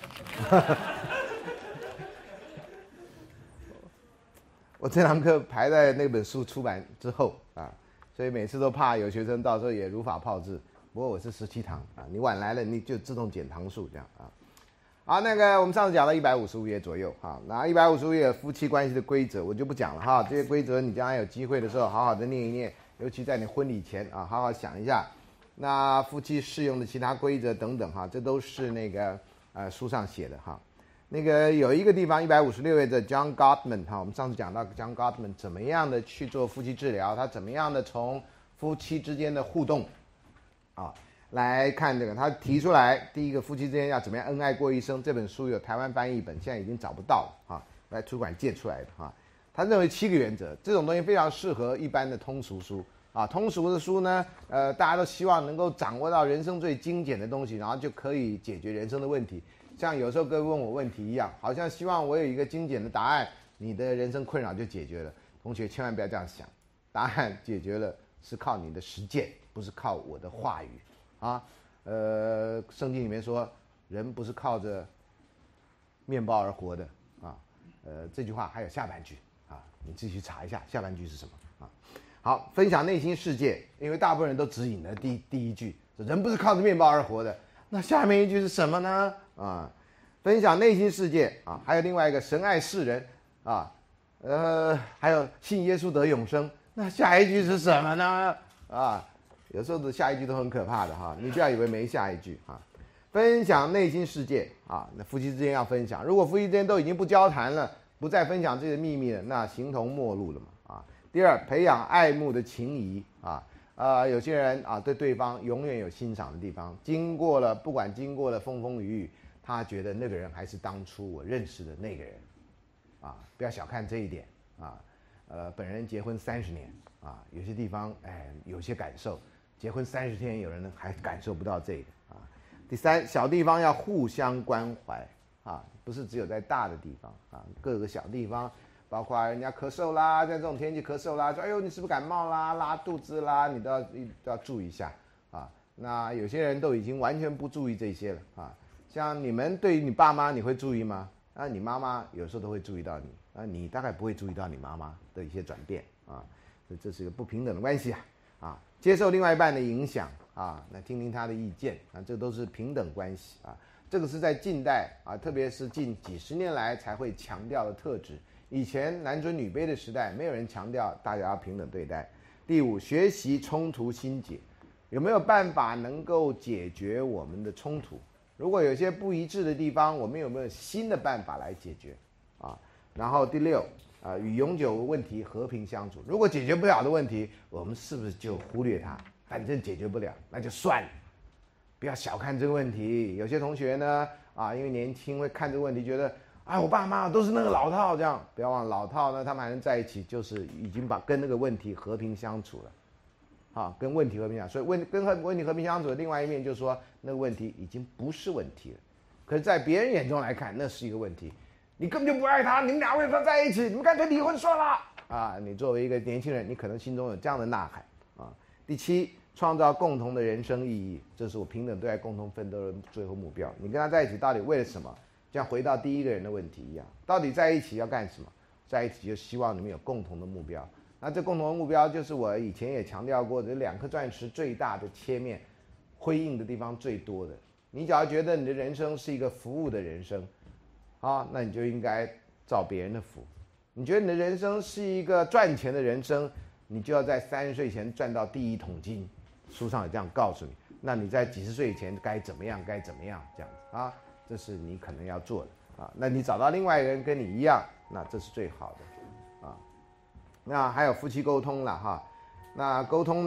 我这堂课排在那本书出版之后啊，所以每次都怕有学生到时候也如法炮制。不过我是十七堂啊，你晚来了你就自动减堂数这样啊。好，那个我们上次讲到一百五十五页左右哈，那一百五十五页夫妻关系的规则我就不讲了哈，这些规则你将来有机会的时候好好的念一念，尤其在你婚礼前啊，好好想一下。那夫妻适用的其他规则等等哈，这都是那个呃书上写的哈。那个有一个地方一百五十六页的 John Gottman 哈，我们上次讲到 John Gottman 怎么样的去做夫妻治疗，他怎么样的从夫妻之间的互动啊。来看这个，他提出来，第一个夫妻之间要怎么样恩爱过一生。这本书有台湾翻译本，现在已经找不到了啊，来图书馆借出来的哈。他认为七个原则，这种东西非常适合一般的通俗书啊。通俗的书呢，呃，大家都希望能够掌握到人生最精简的东西，然后就可以解决人生的问题。像有时候各位问我问题一样，好像希望我有一个精简的答案，你的人生困扰就解决了。同学千万不要这样想，答案解决了是靠你的实践，不是靠我的话语。啊，呃，圣经里面说，人不是靠着面包而活的啊，呃，这句话还有下半句啊，你自己去查一下下半句是什么啊。好，分享内心世界，因为大部分人都只引了第第一句，人不是靠着面包而活的，那下面一句是什么呢？啊，分享内心世界啊，还有另外一个神爱世人啊，呃，还有信耶稣得永生，那下一句是什么呢？啊。有时候的下一句都很可怕的哈，你不要以为没下一句哈。分享内心世界啊，那夫妻之间要分享。如果夫妻之间都已经不交谈了，不再分享自己的秘密了，那形同陌路了嘛啊。第二，培养爱慕的情谊啊，呃，有些人啊对对方永远有欣赏的地方，经过了不管经过了风风雨雨，他觉得那个人还是当初我认识的那个人啊，不要小看这一点啊。呃，本人结婚三十年啊，有些地方哎有些感受。结婚三十天，有人还感受不到这个啊。第三，小地方要互相关怀啊，不是只有在大的地方啊，各个小地方，包括人家咳嗽啦，在这种天气咳嗽啦，说哎呦你是不是感冒啦、拉肚子啦，你都要都要注意一下啊。那有些人都已经完全不注意这些了啊。像你们对于你爸妈，你会注意吗？啊，你妈妈有时候都会注意到你啊，你大概不会注意到你妈妈的一些转变啊，所以这是一个不平等的关系啊。啊，接受另外一半的影响啊，那听听他的意见啊，这都是平等关系啊。这个是在近代啊，特别是近几十年来才会强调的特质。以前男尊女卑的时代，没有人强调大家要平等对待。第五，学习冲突心解，有没有办法能够解决我们的冲突？如果有些不一致的地方，我们有没有新的办法来解决啊？然后第六。啊，与永久问题和平相处。如果解决不了的问题，我们是不是就忽略它？反正解决不了，那就算了。不要小看这个问题。有些同学呢，啊，因为年轻会看这个问题，觉得，啊，我爸妈都是那个老套，这样不要忘了，老套呢，他们还能在一起，就是已经把跟那个问题和平相处了。啊，跟问题和平相处，所以问跟问题和平相处的另外一面就是说，那个问题已经不是问题了，可是在别人眼中来看，那是一个问题。你根本就不爱他，你们俩为什么在一起？你们干脆离婚算了啊！你作为一个年轻人，你可能心中有这样的呐喊啊。第七，创造共同的人生意义，这是我平等对待、共同奋斗的最后目标。你跟他在一起到底为了什么？像回到第一个人的问题一样，到底在一起要干什么？在一起就希望你们有共同的目标。那这共同的目标就是我以前也强调过的两颗钻石最大的切面，辉映的地方最多的。你只要觉得你的人生是一个服务的人生。啊，那你就应该造别人的福。你觉得你的人生是一个赚钱的人生，你就要在三十岁前赚到第一桶金。书上有这样告诉你。那你在几十岁以前该怎么样？该怎么样？这样子啊，这是你可能要做的啊。那你找到另外一个人跟你一样，那这是最好的啊。那还有夫妻沟通了哈。那沟通呢，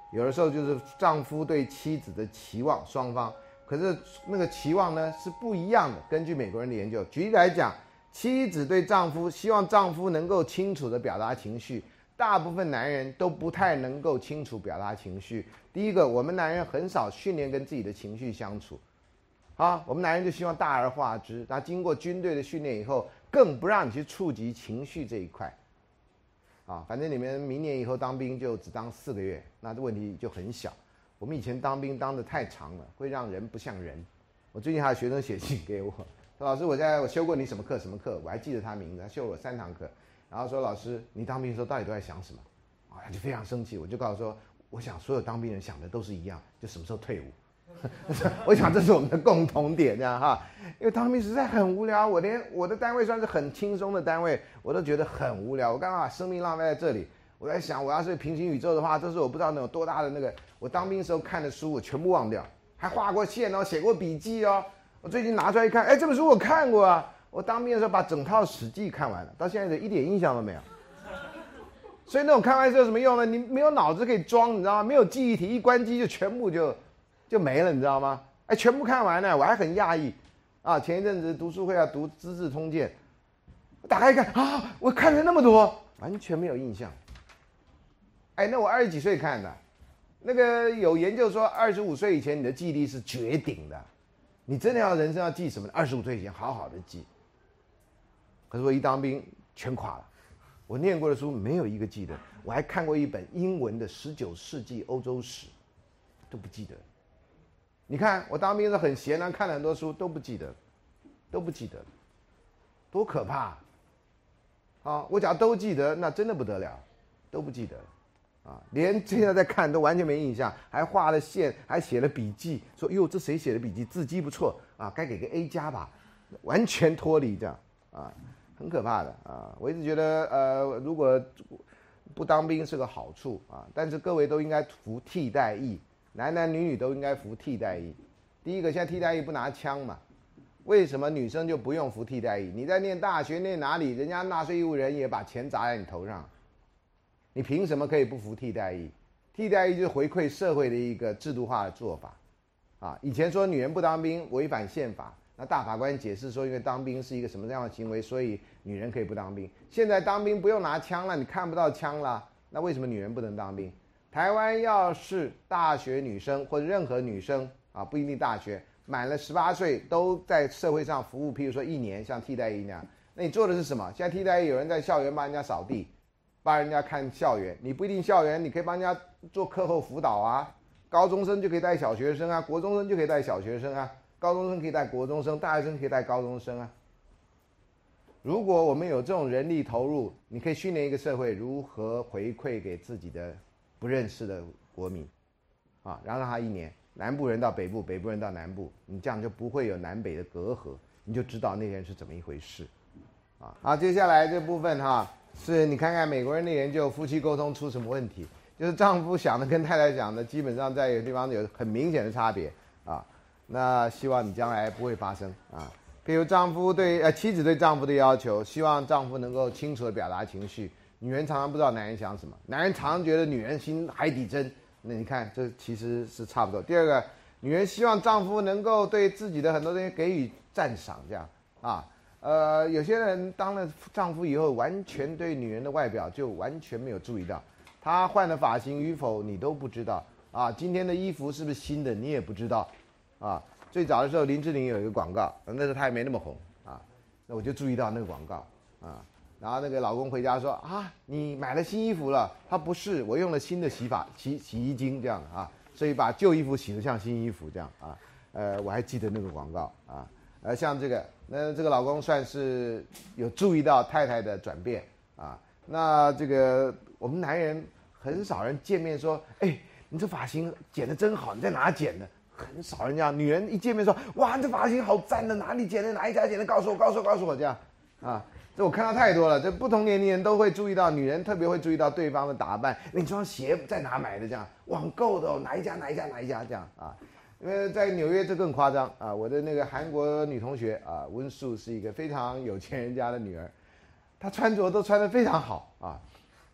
有的时候就是丈夫对妻子的期望，双方，可是那个期望呢是不一样的。根据美国人的研究，举例来讲，妻子对丈夫希望丈夫能够清楚地表达情绪，大部分男人都不太能够清楚表达情绪。第一个，我们男人很少训练跟自己的情绪相处，啊，我们男人就希望大而化之。那经过军队的训练以后，更不让你去触及情绪这一块。啊，反正你们明年以后当兵就只当四个月，那这问题就很小。我们以前当兵当得太长了，会让人不像人。我最近还有学生写信给我，说老师，我在我修过你什么课什么课，我还记得他名字，他修了我三堂课。然后说老师，你当兵的时候到底都在想什么？啊，他就非常生气。我就告诉说，我想所有当兵人想的都是一样，就什么时候退伍。我想这是我们的共同点，这样哈，因为当兵实在很无聊，我连我的单位算是很轻松的单位，我都觉得很无聊。我干嘛把生命浪费在这里？我在想，我要是平行宇宙的话，这是我不知道能有多大的那个，我当兵时候看的书我全部忘掉，还画过线哦，写过笔记哦。我最近拿出来一看，哎，这本书我看过啊，我当兵的时候把整套《史记》看完了，到现在一点印象都没有。所以那种看完之后有什么用呢？你没有脑子可以装，你知道吗？没有记忆体，一关机就全部就。就没了，你知道吗？哎，全部看完了，我还很讶异，啊！前一阵子读书会要读《资治通鉴》，我打开一看啊，我看了那么多，完全没有印象。哎，那我二十几岁看的，那个有研究说，二十五岁以前你的记忆力是绝顶的，你真的要人生要记什么？二十五岁以前好好的记。可是我一当兵全垮了，我念过的书没有一个记得，我还看过一本英文的十九世纪欧洲史，都不记得。你看我当兵是很闲啊，看了很多书都不记得，都不记得，多可怕啊！我假如都记得，那真的不得了，都不记得啊，连现在在看都完全没印象，还画了线，还写了笔记，说哟这谁写的笔记，字迹不错啊，该给个 A 加吧，完全脱离这样啊，很可怕的啊！我一直觉得呃，如果不当兵是个好处啊，但是各位都应该服替代役。男男女女都应该服替代役。第一个，现在替代役不拿枪嘛，为什么女生就不用服替代役？你在念大学念哪里，人家纳税义务人也把钱砸在你头上，你凭什么可以不服替代役？替代役就是回馈社会的一个制度化的做法啊。以前说女人不当兵违反宪法，那大法官解释说，因为当兵是一个什么样的行为，所以女人可以不当兵。现在当兵不用拿枪了，你看不到枪了，那为什么女人不能当兵？台湾要是大学女生或者任何女生啊，不一定大学，满了十八岁都在社会上服务，譬如说一年，像替代役那样，那你做的是什么？现在替代役有人在校园帮人家扫地，帮人家看校园，你不一定校园，你可以帮人家做课后辅导啊。高中生就可以带小学生啊，国中生就可以带小学生啊，高中生可以带国中生，大学生可以带高中生啊。如果我们有这种人力投入，你可以训练一个社会如何回馈给自己的不认识的国民，啊，然后让他一年，南部人到北部，北部人到南部，你这样就不会有南北的隔阂，你就知道那人是怎么一回事，啊，好，接下来这部分哈，是你看看美国人的研究，夫妻沟通出什么问题，就是丈夫想的跟太太讲的，基本上在有地方有很明显的差别啊，那希望你将来不会发生啊。比如丈夫对呃妻子对丈夫的要求，希望丈夫能够清楚地表达情绪。女人常常不知道男人想什么，男人常常觉得女人心海底针。那你看，这其实是差不多。第二个，女人希望丈夫能够对自己的很多东西给予赞赏，这样啊。呃，有些人当了丈夫以后，完全对女人的外表就完全没有注意到，她换了发型与否你都不知道啊。今天的衣服是不是新的你也不知道啊。最早的时候，林志玲有一个广告，那时候她还没那么红啊，那我就注意到那个广告啊。然后那个老公回家说啊，你买了新衣服了？他不是，我用了新的洗发洗洗衣精这样啊，所以把旧衣服洗得像新衣服这样啊。呃，我还记得那个广告啊。呃，像这个，那这个老公算是有注意到太太的转变啊。那这个我们男人很少人见面说，哎，你这发型剪得真好，你在哪剪的？很少人这样。女人一见面说，哇，你这发型好赞的，哪里剪的？哪一家剪的？告诉我，告诉我，告诉我这样啊。这我看到太多了，这不同年龄人都会注意到，女人特别会注意到对方的打扮，那双鞋在哪买的？这样网购的哦，哪一家哪一家哪一家这样啊？因为在纽约这更夸张啊！我的那个韩国女同学啊，温素是一个非常有钱人家的女儿，她穿着都穿得非常好啊。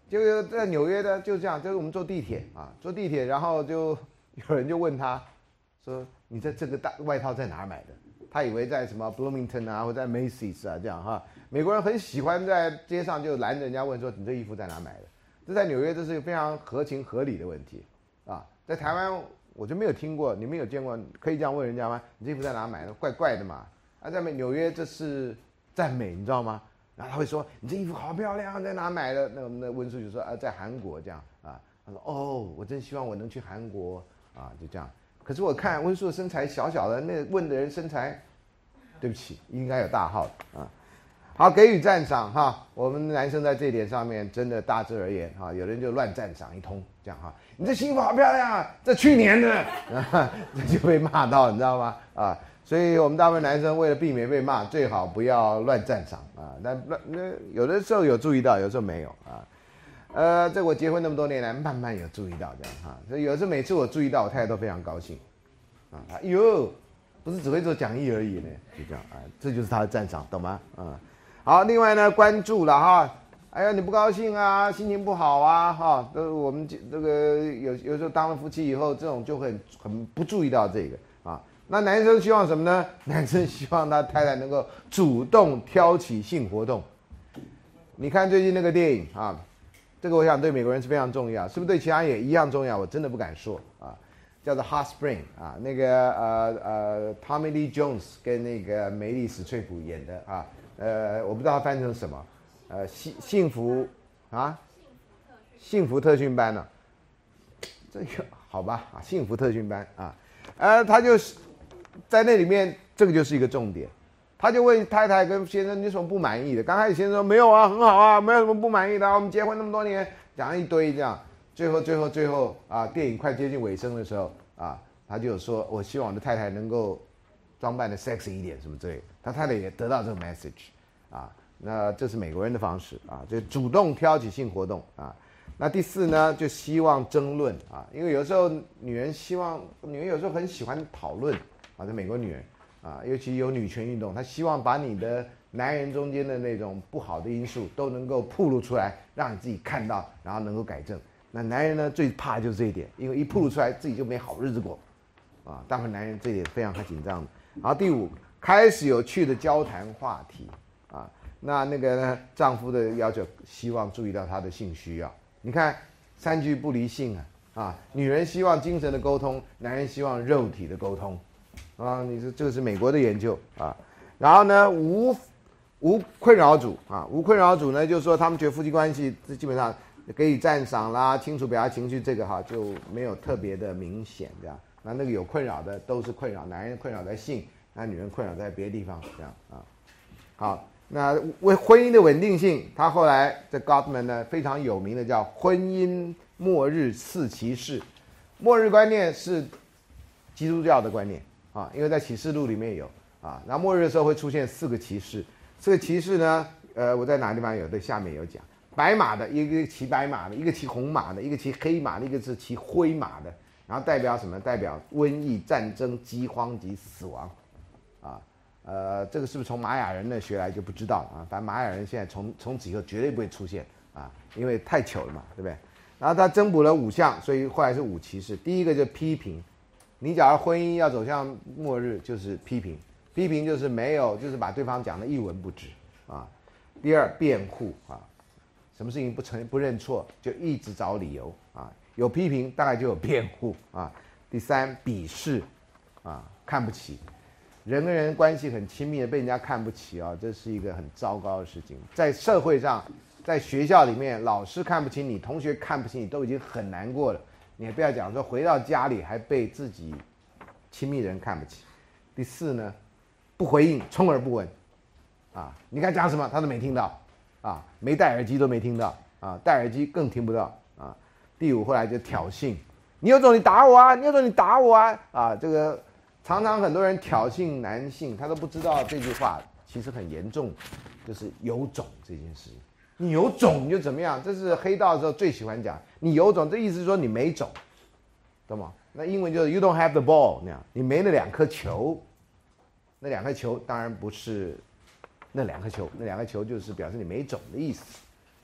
就在纽约的就这样，就是我们坐地铁啊，坐地铁，然后就有人就问他说：“你在这个大外套在哪儿买的？”他以为在什么 Bloomington 啊，或者在 Macy's 啊这样哈。美国人很喜欢在街上就拦着人家问说：“你这衣服在哪买的？”这在纽约这是一个非常合情合理的问题啊。在台湾我就没有听过，你们有见过可以这样问人家吗？你这衣服在哪买的？怪怪的嘛。啊，在纽约这是赞美，你知道吗？然后他会说：“你这衣服好漂亮，在哪买的？”那我们的温叔就说：“啊，在韩国这样啊。”他说：“哦，我真希望我能去韩国啊，就这样。”可是我看温叔的身材小小的，那问的人身材，对不起，应该有大号的啊。好，给予赞赏哈。我们男生在这一点上面真的大致而言哈，有人就乱赞赏一通，这样哈，你这新衣服好漂亮啊，这去年的，啊、这就被骂到，你知道吗？啊，所以我们大部分男生为了避免被骂，最好不要乱赞赏啊。但那有的时候有注意到，有时候没有啊。呃，这我结婚那么多年来，慢慢有注意到这样哈。所以有时候每次我注意到，我太太都非常高兴啊。哎呦，不是只会做讲义而已呢，就这样啊，这就是他的赞赏，懂吗？啊。好，另外呢，关注了哈，哎呀，你不高兴啊，心情不好啊，哈，都我们这个有有时候当了夫妻以后，这种就很很不注意到这个啊。那男生希望什么呢？男生希望他太太能够主动挑起性活动。你看最近那个电影啊，这个我想对美国人是非常重要，是不是对其他人也一样重要？我真的不敢说啊。叫做 Hot Spring 啊，那个呃呃 Tommy Lee Jones 跟那个梅丽史翠普演的啊。呃，我不知道它翻成什么，呃，幸幸福啊，幸福特训班呢、啊？这个好吧啊，幸福特训班啊，呃，他就是在那里面，这个就是一个重点。他就问太太跟先生：“你有什么不满意的？”刚开始先生说：“没有啊，很好啊，没有什么不满意的、啊。我们结婚那么多年，讲了一堆这样。最后，最后，最后啊，电影快接近尾声的时候啊，他就有说：我希望我的太太能够。”装扮的 sexy 一点什么之类的，他太太也得到这个 message 啊，那这是美国人的方式啊，就主动挑起性活动啊。那第四呢，就希望争论啊，因为有时候女人希望，女人有时候很喜欢讨论啊，在美国女人啊，尤其有女权运动，她希望把你的男人中间的那种不好的因素都能够暴露出来，让你自己看到，然后能够改正。那男人呢，最怕就是这一点，因为一暴露出来，自己就没好日子过啊。大部分男人这一点非常紧张的。然后第五，开始有趣的交谈话题啊。那那个呢，丈夫的要求，希望注意到他的性需要。你看，三句不离性啊啊！女人希望精神的沟通，男人希望肉体的沟通啊。你说这个是美国的研究啊。然后呢，无无困扰主啊，无困扰主呢，就是说他们觉得夫妻关系基本上给予赞赏啦，清楚表达情绪，这个哈就没有特别的明显这样。那那个有困扰的都是困扰，男人困扰在性，那女人困扰在别的地方，这样啊。好，那为婚姻的稳定性，他后来在 Gottman 呢非常有名的叫婚姻末日四骑士。末日观念是基督教的观念啊，因为在启示录里面有啊。那末日的时候会出现四个骑士，四个骑士呢，呃，我在哪个地方有？对，下面有讲。白马的，一个骑白马的，一个骑红马的，一个骑黑马的，一个是骑灰马的。然后代表什么？代表瘟疫、战争、饥荒及死亡，啊，呃，这个是不是从玛雅人那学来就不知道啊？反正玛雅人现在从从此以后绝对不会出现啊，因为太糗了嘛，对不对？然后他增补了五项，所以后来是五骑士。第一个就是批评，你假如婚姻要走向末日，就是批评，批评就是没有，就是把对方讲的一文不值啊。第二，辩护啊，什么事情不承不认错，就一直找理由啊。有批评，大概就有辩护啊。第三，鄙视啊，看不起，人跟人关系很亲密的被人家看不起啊，这是一个很糟糕的事情。在社会上，在学校里面，老师看不起你，同学看不起你，都已经很难过了。你也不要讲说回到家里还被自己亲密人看不起。第四呢，不回应，充耳不闻啊，你该讲什么他都没听到啊，没戴耳机都没听到啊，戴耳机更听不到啊。第五，后来就挑衅，你有种你打我啊，你有种你打我啊啊！这个常常很多人挑衅男性，他都不知道这句话其实很严重，就是有种这件事情。你有种你就怎么样？这是黑道的时候最喜欢讲，你有种，这意思是说你没种，懂吗？那英文就是 you don't have the ball 那样，你没那两颗球。那两颗球当然不是那两颗球，那两颗球就是表示你没种的意思。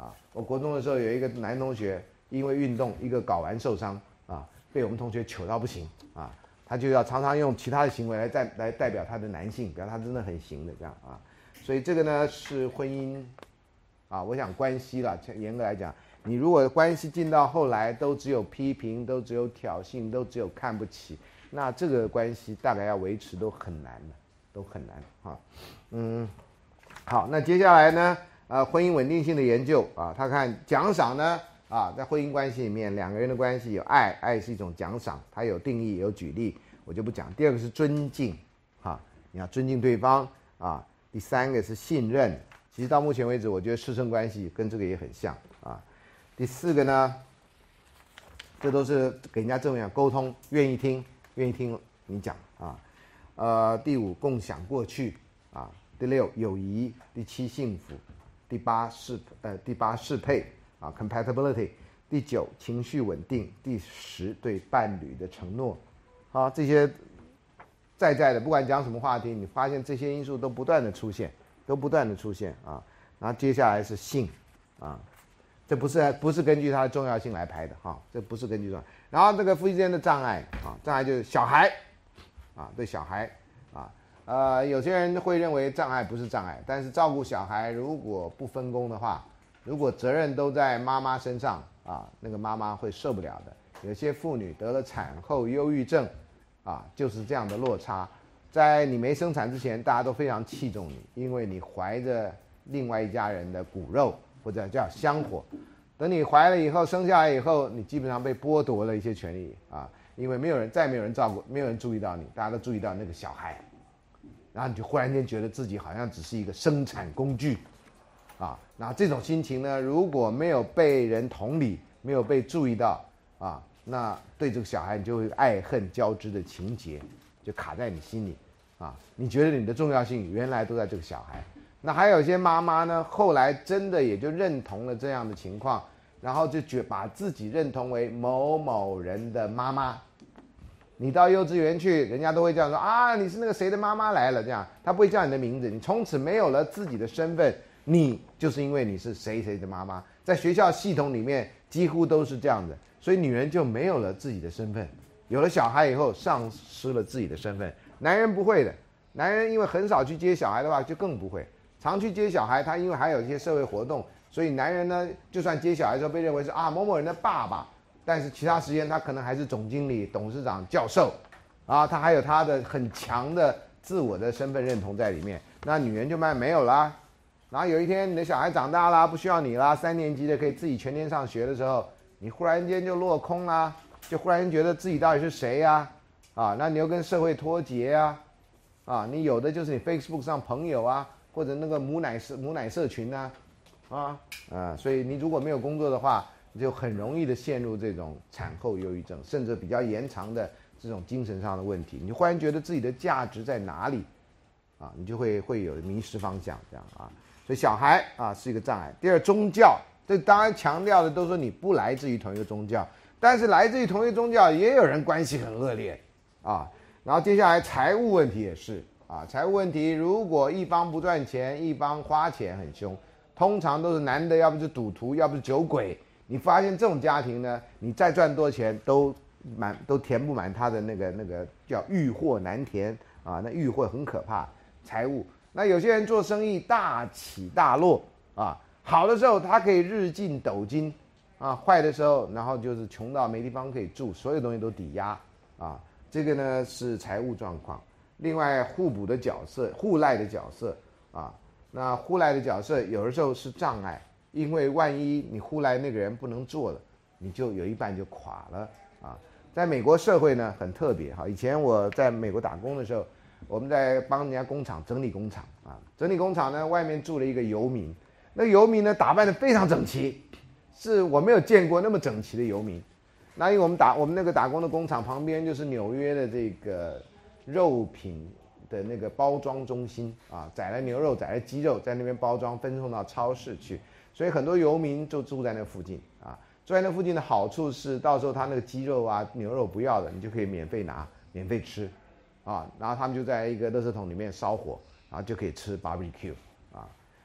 啊。我国中的时候有一个男同学，因为运动一个睾丸受伤啊，被我们同学糗到不行啊，他就要常常用其他的行为来代来代表他的男性，表示他真的很行的这样啊。所以这个呢是婚姻啊，我想关系啦，严格来讲，你如果关系进到后来都只有批评，都只有挑衅，都只有看不起，那这个关系大概要维持都很难的，都很难啊。嗯，好，那接下来呢，呃，婚姻稳定性的研究啊，他看奖赏呢啊，在婚姻关系里面，两个人的关系有爱，爱是一种奖赏，它有定义有举例，我就不讲。第二个是尊敬，哈，你要尊敬对方啊。第三个是信任，其实到目前为止，我觉得师生关系跟这个也很像啊。第四个呢，这都是给人家正面沟通，愿意听，愿意听你讲啊。呃，第五共享过去啊。第六友谊，第七幸福，第八适呃第八适配啊 compatibility， 第九情绪稳定，第十对伴侣的承诺，啊这些。在在的，不管讲什么话题，你发现这些因素都不断的出现，都不断的出现啊。然后接下来是性，啊，这不是不是根据它的重要性来排的哈、啊，这不是根据重要。然后这个夫妻之间的障碍啊，障碍就是小孩，啊，对小孩啊，呃，有些人会认为障碍不是障碍，但是照顾小孩如果不分工的话，如果责任都在妈妈身上啊，那个妈妈会受不了的。有些妇女得了产后忧郁症。啊，就是这样的落差，在你没生产之前，大家都非常器重你，因为你怀着另外一家人的骨肉或者叫香火。等你怀了以后，生下来以后，你基本上被剥夺了一些权利啊，因为没有人，再没有人照顾，没有人注意到你，大家都注意到那个小孩，然后你就忽然间觉得自己好像只是一个生产工具，啊，那这种心情呢，如果没有被人同理，没有被注意到啊。那对这个小孩，你就会爱恨交织的情节就卡在你心里啊！你觉得你的重要性原来都在这个小孩。那还有一些妈妈呢，后来真的也就认同了这样的情况，然后就觉把自己认同为某某人的妈妈。你到幼稚园去，人家都会这样说啊，你是那个谁的妈妈来了，这样他不会叫你的名字，你从此没有了自己的身份，你就是因为你是谁谁的妈妈。在学校系统里面几乎都是这样的。所以女人就没有了自己的身份，有了小孩以后丧失了自己的身份。男人不会的，男人因为很少去接小孩的话，就更不会。常去接小孩，他因为还有一些社会活动，所以男人呢，就算接小孩的时候被认为是啊某某人的爸爸，但是其他时间他可能还是总经理、董事长、教授，啊，他还有他的很强的自我的身份认同在里面。那女人就慢慢没有啦。然后有一天你的小孩长大啦，不需要你啦，三年级的可以自己全天上学的时候。你忽然间就落空啦，就忽然间觉得自己到底是谁呀、啊？啊，那你又跟社会脱节啊，啊，你有的就是你 Facebook 上朋友啊，或者那个母奶社母奶社群啊，啊啊，所以你如果没有工作的话，你就很容易的陷入这种产后忧郁症，甚至比较延长的这种精神上的问题。你忽然觉得自己的价值在哪里，啊，你就会会有迷失方向这样啊。所以小孩啊是一个障碍。第二，宗教。这当然强调的都说你不来自于同一个宗教，但是来自于同一个宗教也有人关系很恶劣啊。然后接下来财务问题也是啊，财务问题如果一方不赚钱，一方花钱很凶，通常都是男的要不是赌徒，要不是酒鬼。你发现这种家庭呢，你再赚多钱都满都填不满他的那个那个叫欲壑难填啊，那欲壑很可怕。财务，那有些人做生意大起大落啊。好的时候他可以日进斗金啊，坏的时候然后就是穷到没地方可以住，所有东西都抵押啊。这个呢是财务状况。另外互补的角色，互赖的角色啊，那互赖的角色有的时候是障碍，因为万一你互赖那个人不能做了，你就有一半就垮了啊。在美国社会呢很特别哈，以前我在美国打工的时候，我们在帮人家工厂整理工厂啊，整理工厂呢外面住了一个游民。那游民呢打扮得非常整齐，是我没有见过那么整齐的游民。那因为我们打我们那个打工的工厂旁边就是纽约的这个肉品的那个包装中心啊，宰了牛肉、宰了鸡肉，在那边包装分送到超市去，所以很多游民就住在那附近啊。住在那附近的好处是，到时候他那个鸡肉啊、牛肉不要的，你就可以免费拿、免费吃啊。然后他们就在一个垃圾桶里面烧火，然后就可以吃 barbecue 啊。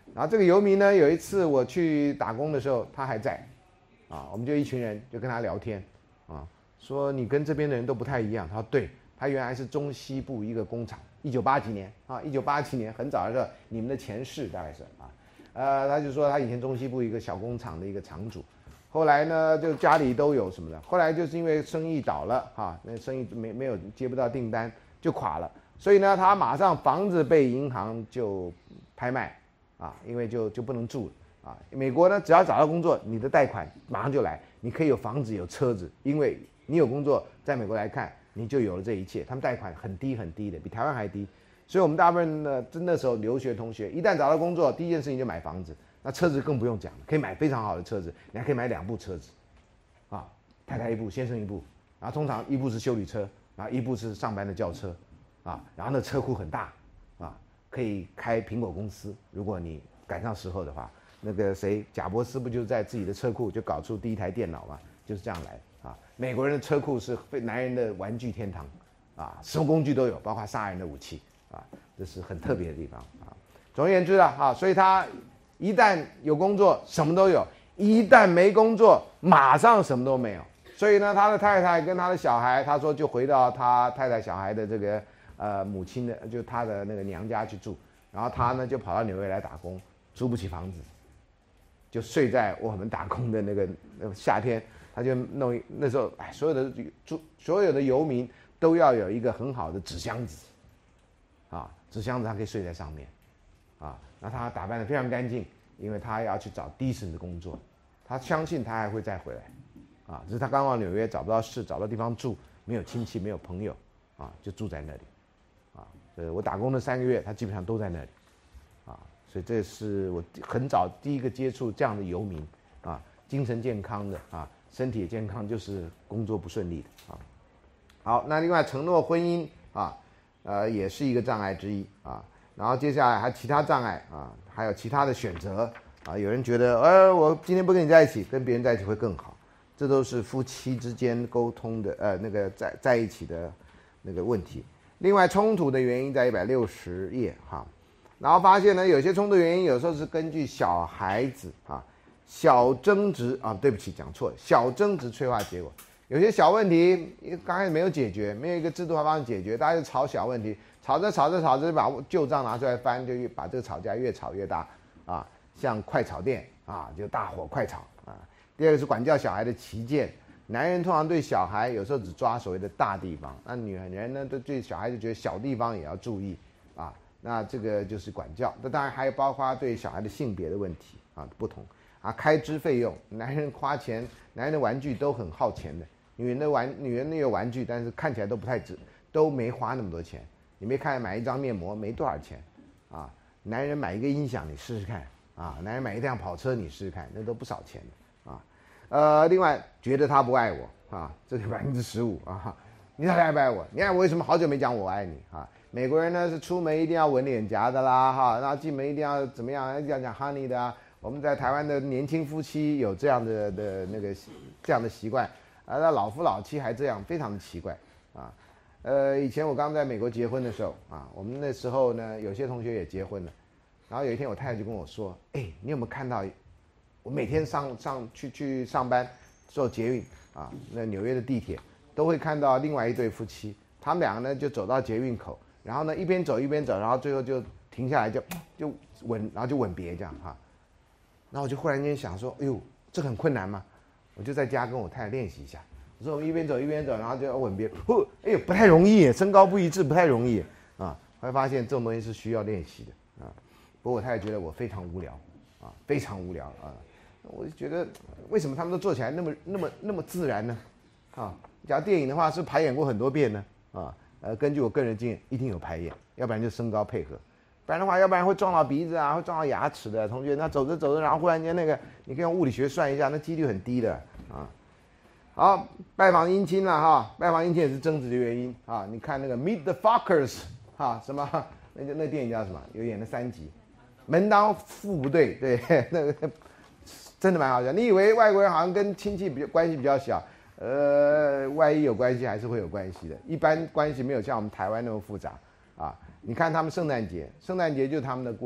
然后这个游民呢，有一次我去打工的时候，他还在，啊，我们就一群人就跟他聊天，啊，说你跟这边的人都不太一样。他说对，他原来是中西部一个工厂，一九八几年啊，一九八几年很早的时候，你们的前世大概是啊，呃，他就说他以前中西部一个小工厂的一个厂主。后来呢，就家里都有什么的。后来就是因为生意倒了哈，那生意没没有接不到订单，就垮了。所以呢，他马上房子被银行就拍卖啊，因为就就不能住了啊。美国呢，只要找到工作，你的贷款马上就来，你可以有房子有车子，因为你有工作，在美国来看，你就有了这一切。他们贷款很低很低的，比台湾还低。所以我们大部分呢，那时候留学同学一旦找到工作，第一件事情就买房子。那车子更不用讲了，可以买非常好的车子，你还可以买两部车子，啊，太太一部，先生一部，然后通常一部是休旅车，然后一部是上班的轿车，啊，然后那车库很大，啊，可以开苹果公司，如果你赶上时候的话，那个谁贾伯斯不就在自己的车库就搞出第一台电脑嘛，就是这样来啊。美国人的车库是男人的玩具天堂，啊，什么工具都有，包括杀人的武器，啊，这是很特别的地方啊。总而言之啊，啊，所以他。一旦有工作，什么都有；一旦没工作，马上什么都没有。所以呢，他的太太跟他的小孩，他说就回到他太太小孩的这个呃母亲的，就他的那个娘家去住。然后他呢就跑到纽约来打工，租不起房子，就睡在我们打工的那个那个夏天，他就弄那时候哎，所有的住所有的游民都要有一个很好的纸箱子，啊，纸箱子他可以睡在上面，啊。那他打扮得非常干净，因为他要去找 decent 的工作，他相信他还会再回来，啊，只是他刚到纽约找不到事，找不到地方住，没有亲戚，没有朋友，啊，就住在那里，啊，呃，我打工的三个月，他基本上都在那里，啊，所以这是我很早第一个接触这样的游民，啊，精神健康的，啊，身体也健康，就是工作不顺利的，啊，好，那另外承诺婚姻，啊，呃，也是一个障碍之一，啊。然后接下来还其他障碍啊，还有其他的选择啊。有人觉得，呃，我今天不跟你在一起，跟别人在一起会更好，这都是夫妻之间沟通的，呃，那个在在一起的那个问题。另外，冲突的原因在一百六十页哈。然后发现呢，有些冲突原因有时候是根据小孩子啊小争执啊，对不起，讲错了，小争执催化结果。有些小问题刚开始没有解决，没有一个制度化方式解决，大家就吵小问题。吵着吵着吵着，把旧账拿出来翻，就把这个吵架越吵越大啊，像快炒店啊，就大火快炒啊。第二个是管教小孩的旗舰，男人通常对小孩有时候只抓所谓的大地方，那女人呢，都对小孩就觉得小地方也要注意啊。那这个就是管教，那当然还包括对小孩的性别的问题啊不同啊，开支费用，男人花钱，男人的玩具都很耗钱的，女人的玩女人也有玩具，但是看起来都不太值，都没花那么多钱。你没看买一张面膜没多少钱，啊，男人买一个音响你试试看，啊，男人买一辆跑车你试试看，那都不少钱的，啊，呃，另外觉得他不爱我，啊，这是百分之十五啊，你到底爱不爱我？你看我为什么好久没讲我爱你啊？美国人呢是出门一定要吻脸颊的啦，哈，然后进门一定要怎么样，要讲 honey 的啊。我们在台湾的年轻夫妻有这样的的那个这样的习惯，啊，那老夫老妻还这样，非常的奇怪，啊。呃，以前我刚在美国结婚的时候啊，我们那时候呢，有些同学也结婚了，然后有一天我太太就跟我说，哎，你有没有看到，我每天上上去去上班坐捷运啊，那纽约的地铁都会看到另外一对夫妻，他们两个呢就走到捷运口，然后呢一边走一边走，然后最后就停下来就就吻，然后就吻别这样哈，然后我就忽然间想说，哎呦，这很困难吗？我就在家跟我太太练习一下。我说我们一边走一边走，然后就要吻别人，哦，哎呦不太容易，身高不一致不太容易啊。后来发现这种东西是需要练习的啊。不过我太太觉得我非常无聊啊，非常无聊啊。我就觉得为什么他们都做起来那么那么那么自然呢？啊，假如电影的话是排演过很多遍呢啊。呃，根据我个人经验，一定有排演，要不然就身高配合，不然的话，要不然会撞到鼻子啊，会撞到牙齿的。同学，那走着走着，然后忽然间那个，你可以用物理学算一下，那几率很低的啊。好，拜访姻亲了哈，拜访姻亲也是争执的原因啊。你看那个 Meet the Fockers 哈，什么那个那电影叫什么？有演了三集，门当户不对，对，那个真的蛮好笑。你以为外国人好像跟亲戚比关系比较小，呃，万一有关系还是会有关系的。一般关系没有像我们台湾那么复杂啊。你看他们圣诞节，圣诞节就是他们的过年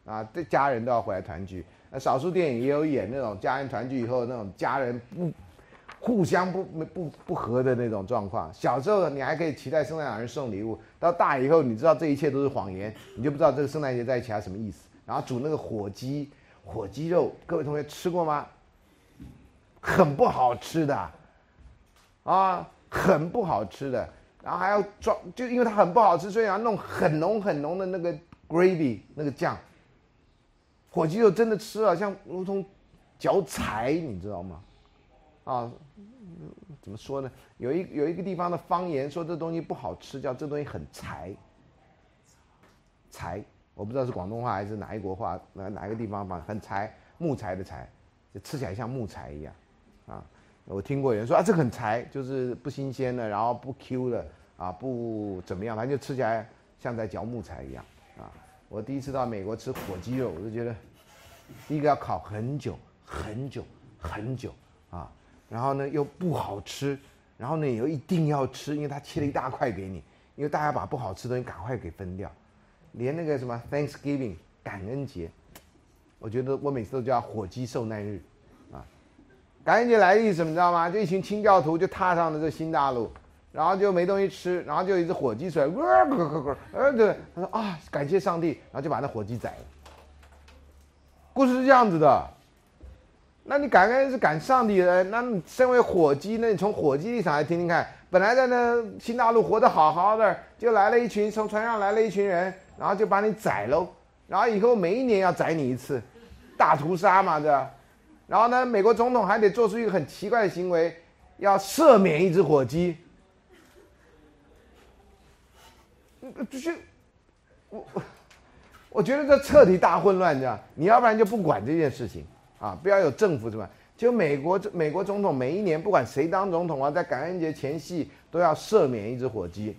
啊，这家人都要回来团聚。那少数电影也有演那种家人团聚以后那种家人不互相不不不和的那种状况。小时候你还可以期待圣诞老人送礼物，到大以后你知道这一切都是谎言，你就不知道这个圣诞节在一起它什么意思。然后煮那个火鸡，火鸡肉，各位同学吃过吗？很不好吃的，啊，很不好吃的。然后还要装，就因为它很不好吃，所以要弄很浓很浓的那个 gravy 那个酱。火鸡肉真的吃了像如同嚼柴，你知道吗？啊，怎么说呢？有一有一个地方的方言说这东西不好吃，叫这东西很柴。柴，我不知道是广东话还是哪一国话，哪哪一个地方吧，很柴，木材的柴，就吃起来像木材一样，啊，我听过有人说啊，这个很柴，就是不新鲜的，然后不 Q 的，啊，不怎么样，反正就吃起来像在嚼木材一样，啊，我第一次到美国吃火鸡肉，我就觉得，第一个要烤很久很久很久啊，然后呢又不好吃，然后呢又一定要吃，因为他切了一大块给你，因为大家把不好吃的东西赶快给分掉。连那个什么 Thanksgiving 感恩节，我觉得我每次都叫火鸡受难日，啊，感恩节来的意思什么你知道吗？就一群清教徒就踏上了这新大陆，然后就没东西吃，然后就有一只火鸡出来，呃对，他说啊感谢上帝，然后就把那火鸡宰了。故事是这样子的，那你感恩是感上帝的，那你身为火鸡，那你从火鸡立场来听听看，本来在那新大陆活得好好的，就来了一群从船上来了一群人。然后就把你宰喽，然后以后每一年要宰你一次，大屠杀嘛，对吧？然后呢，美国总统还得做出一个很奇怪的行为，要赦免一只火鸡。就是我我觉得这彻底大混乱，这样，你要不然就不管这件事情啊，不要有政府什么。就美国美国总统每一年不管谁当总统啊，在感恩节前夕都要赦免一只火鸡。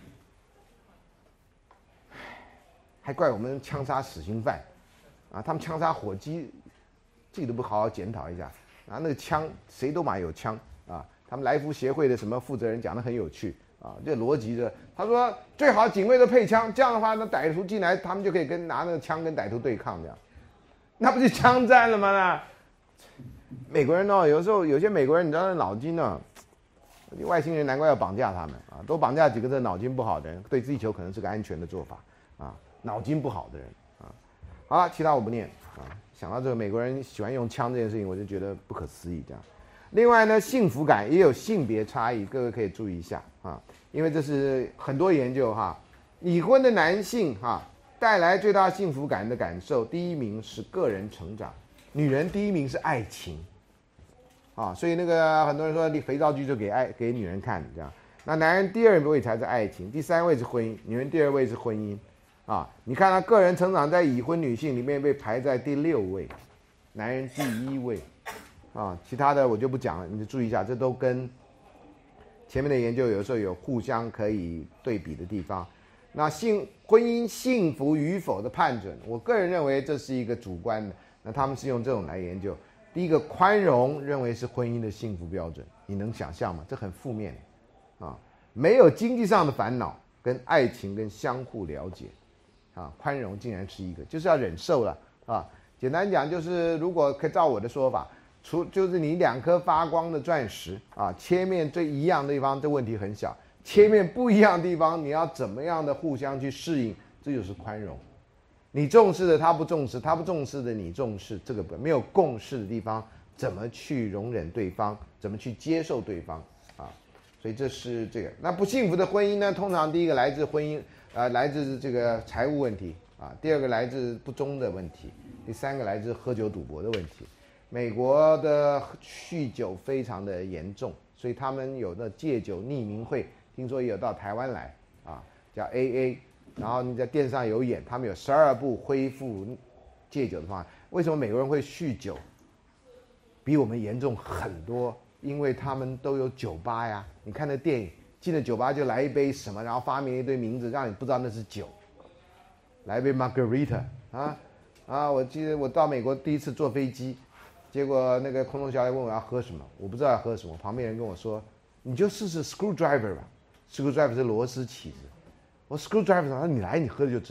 还怪我们枪杀死刑犯，啊，他们枪杀火鸡，自己都不好好检讨一下，啊，那个枪谁都嘛有枪啊。他们来福协会的什么负责人讲得很有趣啊，这逻辑的，他说最好警卫都配枪，这样的话，那歹徒进来，他们就可以跟拿那个枪跟歹徒对抗，这样，那不就枪战了吗？那美国人哦，有时候有些美国人，你知道那脑筋呢，外星人难怪要绑架他们啊，都绑架几个这脑筋不好的人，对地球可能是个安全的做法啊。脑筋不好的人啊，好了，其他我不念啊。想到这个美国人喜欢用枪这件事情，我就觉得不可思议。这样，另外呢，幸福感也有性别差异，各位可以注意一下啊，因为这是很多研究哈。已婚的男性哈带来最大幸福感的感受，第一名是个人成长，女人第一名是爱情啊，所以那个很多人说，你肥皂剧就给爱给女人看这样。那男人第二位才是爱情，第三位是婚姻，女人第二位是婚姻。啊，你看他个人成长在已婚女性里面被排在第六位，男人第一位，啊，其他的我就不讲了，你就注意一下，这都跟前面的研究有时候有互相可以对比的地方。那幸婚姻幸福与否的判准，我个人认为这是一个主观的，那他们是用这种来研究。第一个，宽容认为是婚姻的幸福标准，你能想象吗？这很负面啊，没有经济上的烦恼，跟爱情跟相互了解。啊，宽容竟然是一个，就是要忍受了啊。简单讲，就是如果可以照我的说法，除就是你两颗发光的钻石啊，切面最一样的地方，这问题很小；切面不一样的地方，你要怎么样的互相去适应，这就是宽容。你重视的他不重视，他不重视的你重视，这个没有共识的地方，怎么去容忍对方，怎么去接受对方啊？所以这是这个。那不幸福的婚姻呢，通常第一个来自婚姻。呃，来自这个财务问题啊，第二个来自不忠的问题，第三个来自喝酒赌博的问题。美国的酗酒非常的严重，所以他们有那戒酒匿名会，听说也有到台湾来啊，叫 A A， 然后你在电视上有演，他们有十二步恢复戒酒的方案。为什么美国人会酗酒？比我们严重很多，因为他们都有酒吧呀。你看那电影。进了酒吧就来一杯什么，然后发明一堆名字，让你不知道那是酒。来一杯 Margarita 啊啊！我记得我到美国第一次坐飞机，结果那个空中小姐问我要喝什么，我不知道要喝什么。旁边人跟我说：“你就试试 Screwdriver 吧 ，Screwdriver 是螺丝起子。”我 Screwdriver，他说：“你来，你喝了就知道。”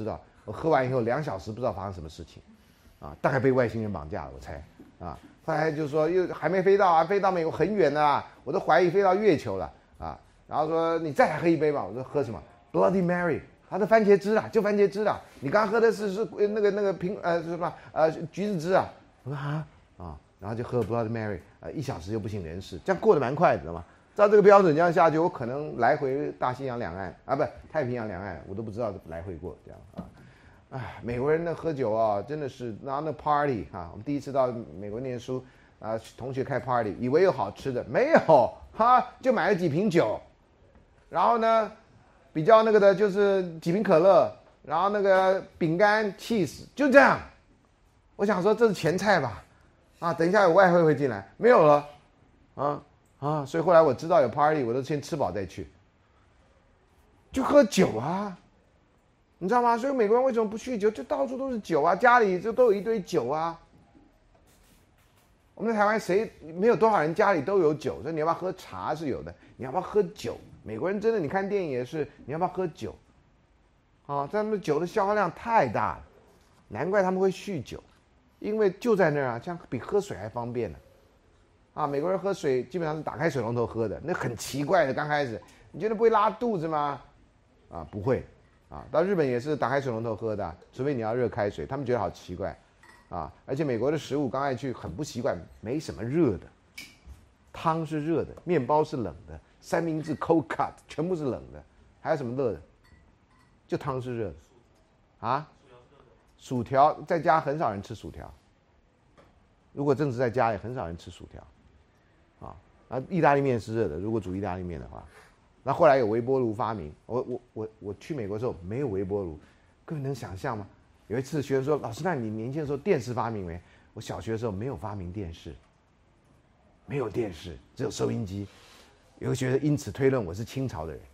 我喝完以后两小时不知道发生什么事情，啊，大概被外星人绑架了，我猜啊。后来就说又还没飞到啊，飞到美国很远的啦，我都怀疑飞到月球了啊。然后说你再来喝一杯吧，我说喝什么 ？Bloody Mary， 它的番茄汁啊，就番茄汁啊。你刚刚喝的是是那个那个苹呃是什么呃橘子汁啊？我说啊啊，然后就喝 Bloody Mary， 呃一小时就不省人事，这样过得蛮快的，知道吗？照这个标准这样下去，我可能来回大西洋两岸啊，不太平洋两岸，我都不知道来回过这样啊。哎，美国人的喝酒啊，真的是然后那 party 哈、啊，我们第一次到美国念书啊，同学开 party， 以为有好吃的，没有哈，就买了几瓶酒，然后呢，比较那个的就是几瓶可乐，然后那个饼干 cheese 就这样。我想说这是前菜吧，啊，等一下有外汇会进来，没有了，啊。啊，所以后来我知道有 party， 我都先吃饱再去。就喝酒啊，你知道吗？所以美国人为什么不酗酒？就到处都是酒啊，家里就都有一堆酒啊。我们在台湾谁没有多少人家里都有酒？所以你要不要喝茶是有的，你要不要喝酒？美国人真的，你看电影也是，你要不要喝酒？啊，他们酒的消耗量太大了，难怪他们会酗酒，因为就在那儿啊，这样比喝水还方便呢。啊，美国人喝水基本上是打开水龙头喝的，那很奇怪的。刚开始你觉得不会拉肚子吗？啊，不会，啊，到日本也是打开水龙头喝的，除非你要热开水，他们觉得好奇怪，啊，而且美国的食物刚才去很不习惯，没什么热的，汤是热的，面包是冷的，三明治 cold cut 全部是冷的，还有什么热的？就汤是热的，啊，薯条在家很少人吃薯条，如果正是在家里很少人吃薯条。啊，意大利面是热的，如果煮意大利面的话，那后来有微波炉发明，我我我我去美国的时候没有微波炉，各位能想象吗？有一次学生说，老师，那你年轻的时候电视发明没？我小学的时候没有发明电视，没有电视，只有收音机。有个学生因此推论我是清朝的人，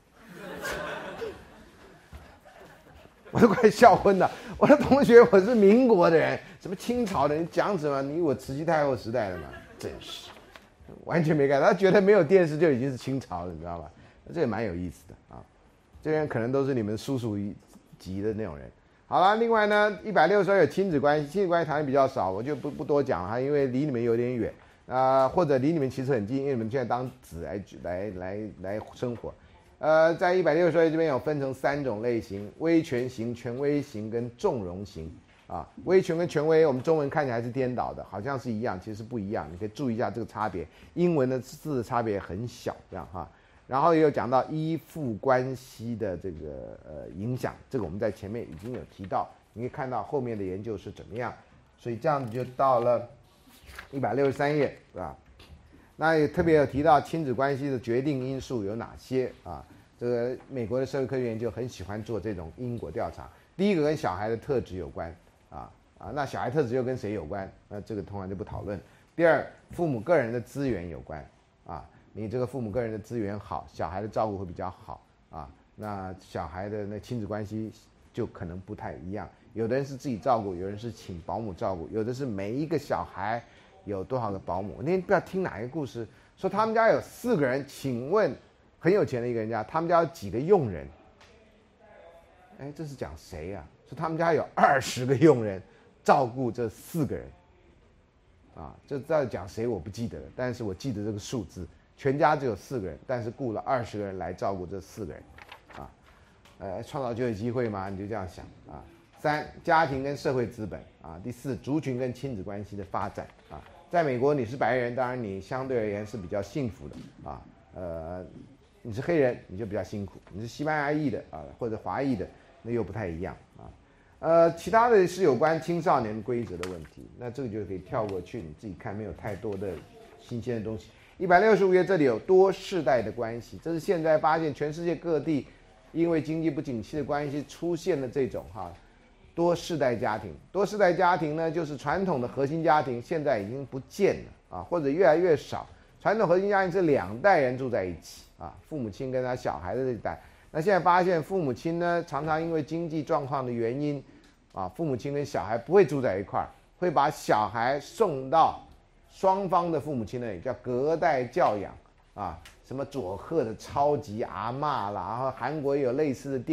我都快笑昏了。我的同学我是民国的人，什么清朝的人？你讲什么？你我慈禧太后时代的嘛，真是。完全没改，他觉得没有电视就已经是清朝了，你知道吧？这也蛮有意思的啊。这些人可能都是你们叔叔级的那种人。好了，另外呢，一百六十二有亲子关系，亲子关系谈的比较少，我就不不多讲了，因为离你们有点远啊、呃，或者离你们其实很近，因为你们现在当子来来来来生活。呃，在一百六十二这边有分成三种类型：威权型、权威型跟纵容型。啊，威权跟权威，我们中文看起来是颠倒的，好像是一样，其实不一样。你可以注意一下这个差别，英文的字的差别很小，这样哈。然后也有讲到依附关系的这个呃影响，这个我们在前面已经有提到，你可以看到后面的研究是怎么样。所以这样子就到了一百六十三页，是吧？那也特别有提到亲子关系的决定因素有哪些啊？这个美国的社会科学研究很喜欢做这种因果调查。第一个跟小孩的特质有关。啊啊，那小孩特质又跟谁有关？那这个通常就不讨论。第二，父母个人的资源有关啊，你这个父母个人的资源好，小孩的照顾会比较好啊，那小孩的那亲子关系就可能不太一样。有的人是自己照顾，有人是请保姆照顾，有的是每一个小孩有多少个保姆。我那天不知道听哪一个故事，说他们家有四个人，请问很有钱的一个人家，他们家有几个佣人？哎，这是讲谁呀、啊？说他们家有二十个佣人照顾这四个人，啊，这在讲谁我不记得了，但是我记得这个数字，全家只有四个人，但是雇了二十个人来照顾这四个人，啊，呃，创造就业机会嘛，你就这样想啊。三，家庭跟社会资本啊。第四，族群跟亲子关系的发展啊。在美国你是白人，当然你相对而言是比较幸福的啊，呃，你是黑人你就比较辛苦，你是西班牙裔的啊或者华裔的那又不太一样啊。呃，其他的是有关青少年规则的问题，那这个就可以跳过去，你自己看，没有太多的新鲜的东西。一百六十五页这里有多世代的关系，这是现在发现全世界各地因为经济不景气的关系出现了这种哈多世代家庭。多世代家庭呢，就是传统的核心家庭现在已经不见了啊，或者越来越少。传统核心家庭是两代人住在一起啊，父母亲跟他小孩的这一代。那现在发现父母亲呢，常常因为经济状况的原因啊，父母亲跟小孩不会住在一块儿，会把小孩送到双方的父母亲那里，叫隔代教养啊。什么佐贺的超级阿嬷啦，然后韩国也有类似的电影，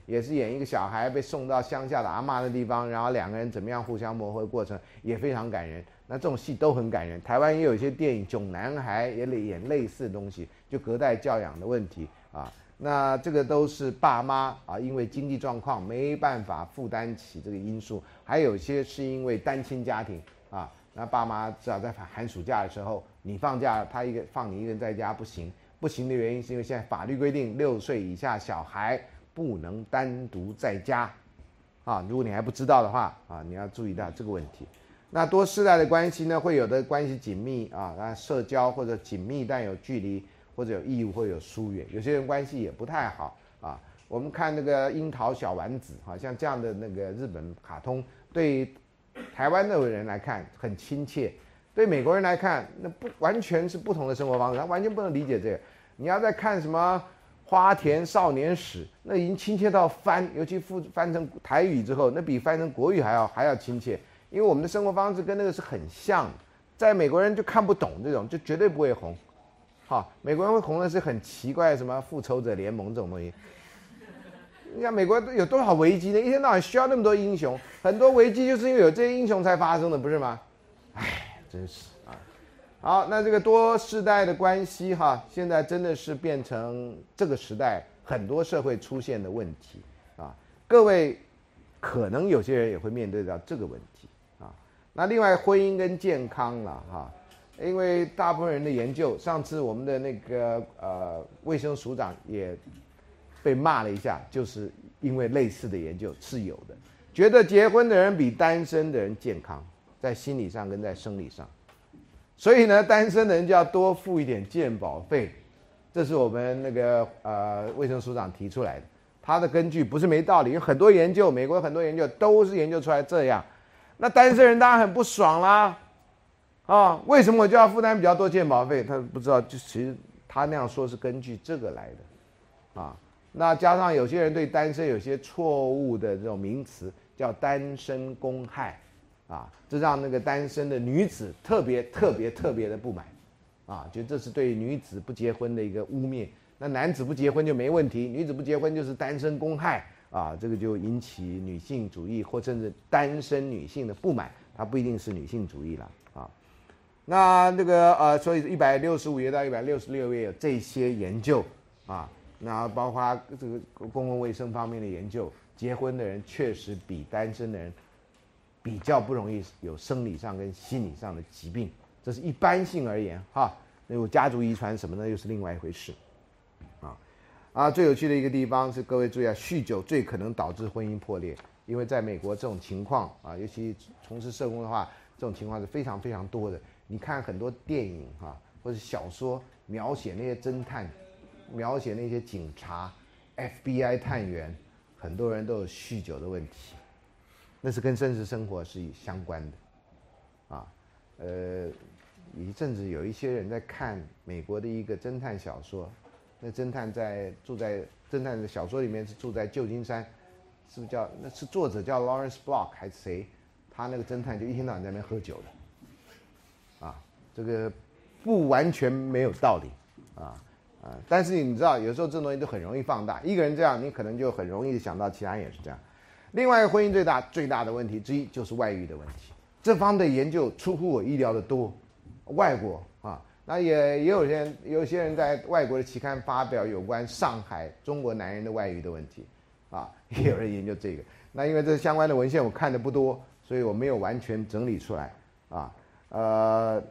也是演一个小孩被送到乡下的阿嬷的地方，然后两个人怎么样互相磨合的过程，也非常感人。那这种戏都很感人。台湾也有一些电影，《囧男孩》也演类似的东西，就隔代教养的问题啊。那这个都是爸妈啊，因为经济状况没办法负担起这个因素，还有些是因为单亲家庭啊。那爸妈至少在寒暑假的时候，你放假了，他一个放你一个人在家不行。不行的原因是因为现在法律规定，六岁以下小孩不能单独在家啊。如果你还不知道的话啊，你要注意到这个问题。那多世代的关系呢，会有的关系紧密啊，那社交或者紧密但有距离，或者有义务或者有疏远。有些人关系也不太好啊。我们看那个樱桃小丸子，好像这样的那个日本卡通，对台湾的人来看很亲切，对美国人来看那不完全是不同的生活方式，他完全不能理解这个。你要再看什么花田少年史，那已经亲切到翻，尤其翻成台语之后，那比翻成国语还要还要亲切，因为我们的生活方式跟那个是很像的。在美国人就看不懂这种，就绝对不会红。好，美国人会红的是很奇怪的什么复仇者联盟这种东西。你看美国有多少危机呢？一天到晚需要那么多英雄，很多危机就是因为有这些英雄才发生的，不是吗？哎，真是啊。好，那这个多世代的关系哈，现在真的是变成这个时代很多社会出现的问题啊。各位可能有些人也会面对到这个问题啊。那另外婚姻跟健康了哈，因为大部分人的研究，上次我们的那个呃卫生署长也被骂了一下，就是因为类似的研究是有的，觉得结婚的人比单身的人健康，在心理上跟在生理上。所以呢，单身的人就要多付一点健保费，这是我们那个呃卫生署长提出来的。他的根据不是没道理，因为很多研究，美国很多研究都是研究出来这样。那单身人当然很不爽啦，啊，为什么我就要负担比较多健保费？他不知道，就其实他那样说是根据这个来的，啊，那加上有些人对单身有些错误的这种名词，叫单身公害。啊，这让那个单身的女子特别特别特别的不满，啊，觉得这是对女子不结婚的一个污蔑。那男子不结婚就没问题，女子不结婚就是单身公害啊，这个就引起女性主义或甚至单身女性的不满，它不一定是女性主义了啊。那这个呃，所以一百六十五页到一百六十六页有这些研究啊，那包括这个公共卫生方面的研究，结婚的人确实比单身的人比较不容易有生理上跟心理上的疾病，这是一般性而言哈。那有家族遗传什么呢，又是另外一回事。啊啊，最有趣的一个地方是各位注意啊，酗酒最可能导致婚姻破裂，因为在美国这种情况啊，尤其从事社工的话，这种情况是非常非常多的。你看很多电影哈，或者小说描写那些侦探，描写那些警察、F B I 探员，很多人都有酗酒的问题。那是跟真实生活是相关的，啊，呃，一阵子有一些人在看美国的一个侦探小说，那侦探在住在侦探的小说里面是住在旧金山，是不是叫那是作者叫 Lawrence Block 还是谁？他那个侦探就一天到晚在那边喝酒的，啊，这个不完全没有道理，啊啊，但是你知道有时候这种东西都很容易放大，一个人这样，你可能就很容易想到其他人也是这样。另外一个婚姻最大最大的问题之一就是外遇的问题，这方面的研究出乎我意料的多。外国啊，那也也有人有些人在外国的期刊发表有关上海中国男人的外遇的问题，啊，也有人研究这个。那因为这相关的文献我看的不多，所以我没有完全整理出来啊。呃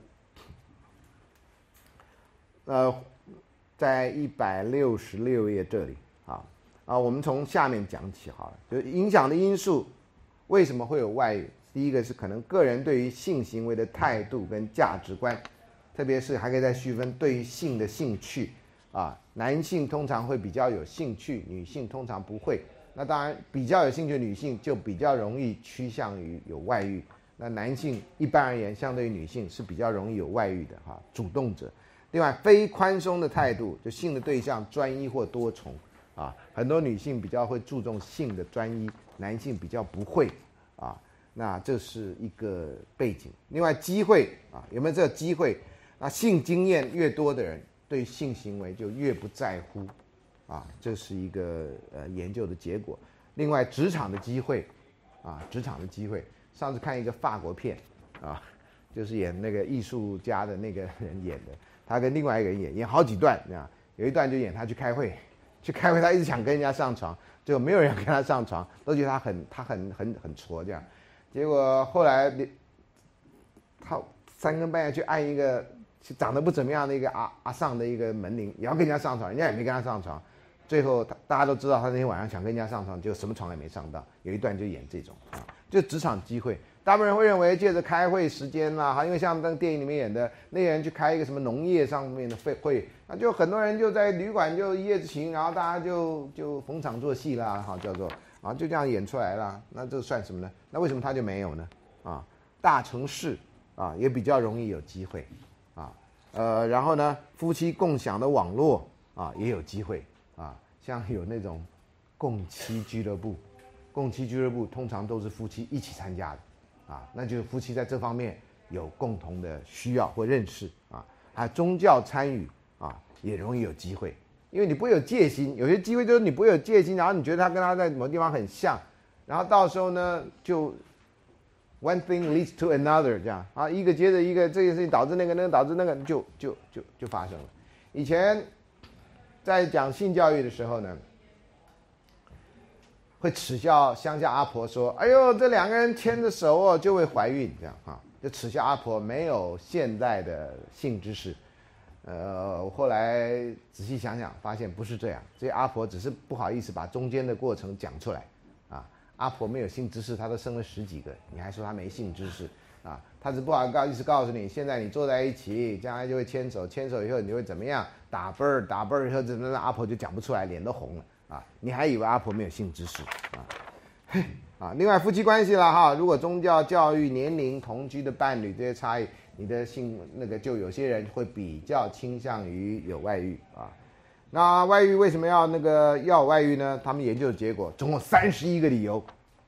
呃，在一百六十六页这里。啊，我们从下面讲起好了，就是影响的因素，为什么会有外遇？第一个是可能个人对于性行为的态度跟价值观，特别是还可以再区分对于性的兴趣啊，男性通常会比较有兴趣，女性通常不会。那当然，比较有兴趣的女性就比较容易趋向于有外遇。那男性一般而言，相对于女性是比较容易有外遇的哈，主动者。另外，非宽松的态度，就性的对象专一或多重。啊，很多女性比较会注重性的专一，男性比较不会啊。那这是一个背景。另外，机会啊，有没有这个机会？那性经验越多的人，对性行为就越不在乎啊，这是一个呃研究的结果。另外，职场的机会啊，职场的机会，上次看一个法国片啊，就是演那个艺术家的那个人演的，他跟另外一个人演，演好几段这样，有一段就演他去开会，去开会他一直想跟人家上床，结果没有人跟他上床，都觉得他很他很很很挫这样，结果后来他三更半夜去按一个长得不怎么样的一个阿阿上的一个门铃，也要跟人家上床，人家也没跟他上床，最后他大家都知道他那天晚上想跟人家上床，就什么床也没上到。有一段就演这种啊，就职场机会，大部分人会认为借着开会时间啦，哈，因为像那个电影里面演的，那个人去开一个什么农业上面的会会，那就很多人就在旅馆就一夜情，然后大家就就逢场作戏啦，哈，叫做啊就这样演出来了，那这算什么呢？那为什么他就没有呢？啊，大城市啊也比较容易有机会。啊，呃，然后呢，夫妻共享的网络啊也有机会啊，像有那种共妻俱乐部，共妻俱乐部通常都是夫妻一起参加的啊，那就是夫妻在这方面有共同的需要或认识啊，还有宗教参与啊也容易有机会，因为你不会有戒心，有些机会就是你不会有戒心，然后你觉得他跟他在某地方很像，然后到时候呢就。One thing leads to another， 这样啊，一个接着一个，这件事情导致那个，那个导致那个，就就就就发生了。以前在讲性教育的时候呢，会耻笑乡下阿婆说：“哎呦，这两个人牵着手哦就会怀孕，这样啊，就耻笑阿婆没有现代的性知识。”呃，我后来仔细想想，发现不是这样，这些阿婆只是不好意思把中间的过程讲出来。阿婆没有性知识，她都生了十几个，你还说她没性知识啊？她只不好意思告诉你，现在你坐在一起，将来就会牵手，牵手以后你会怎么样？打啵儿，打啵儿以后，那阿婆就讲不出来，脸都红了啊！你还以为阿婆没有性知识啊？嘿啊！另外夫妻关系啦哈，如果宗教、教育、年龄、同居的伴侣这些差异，你的性那个就有些人会比较倾向于有外遇啊。那外遇为什么要那个要外遇呢？他们研究的结果总共三十一个理由，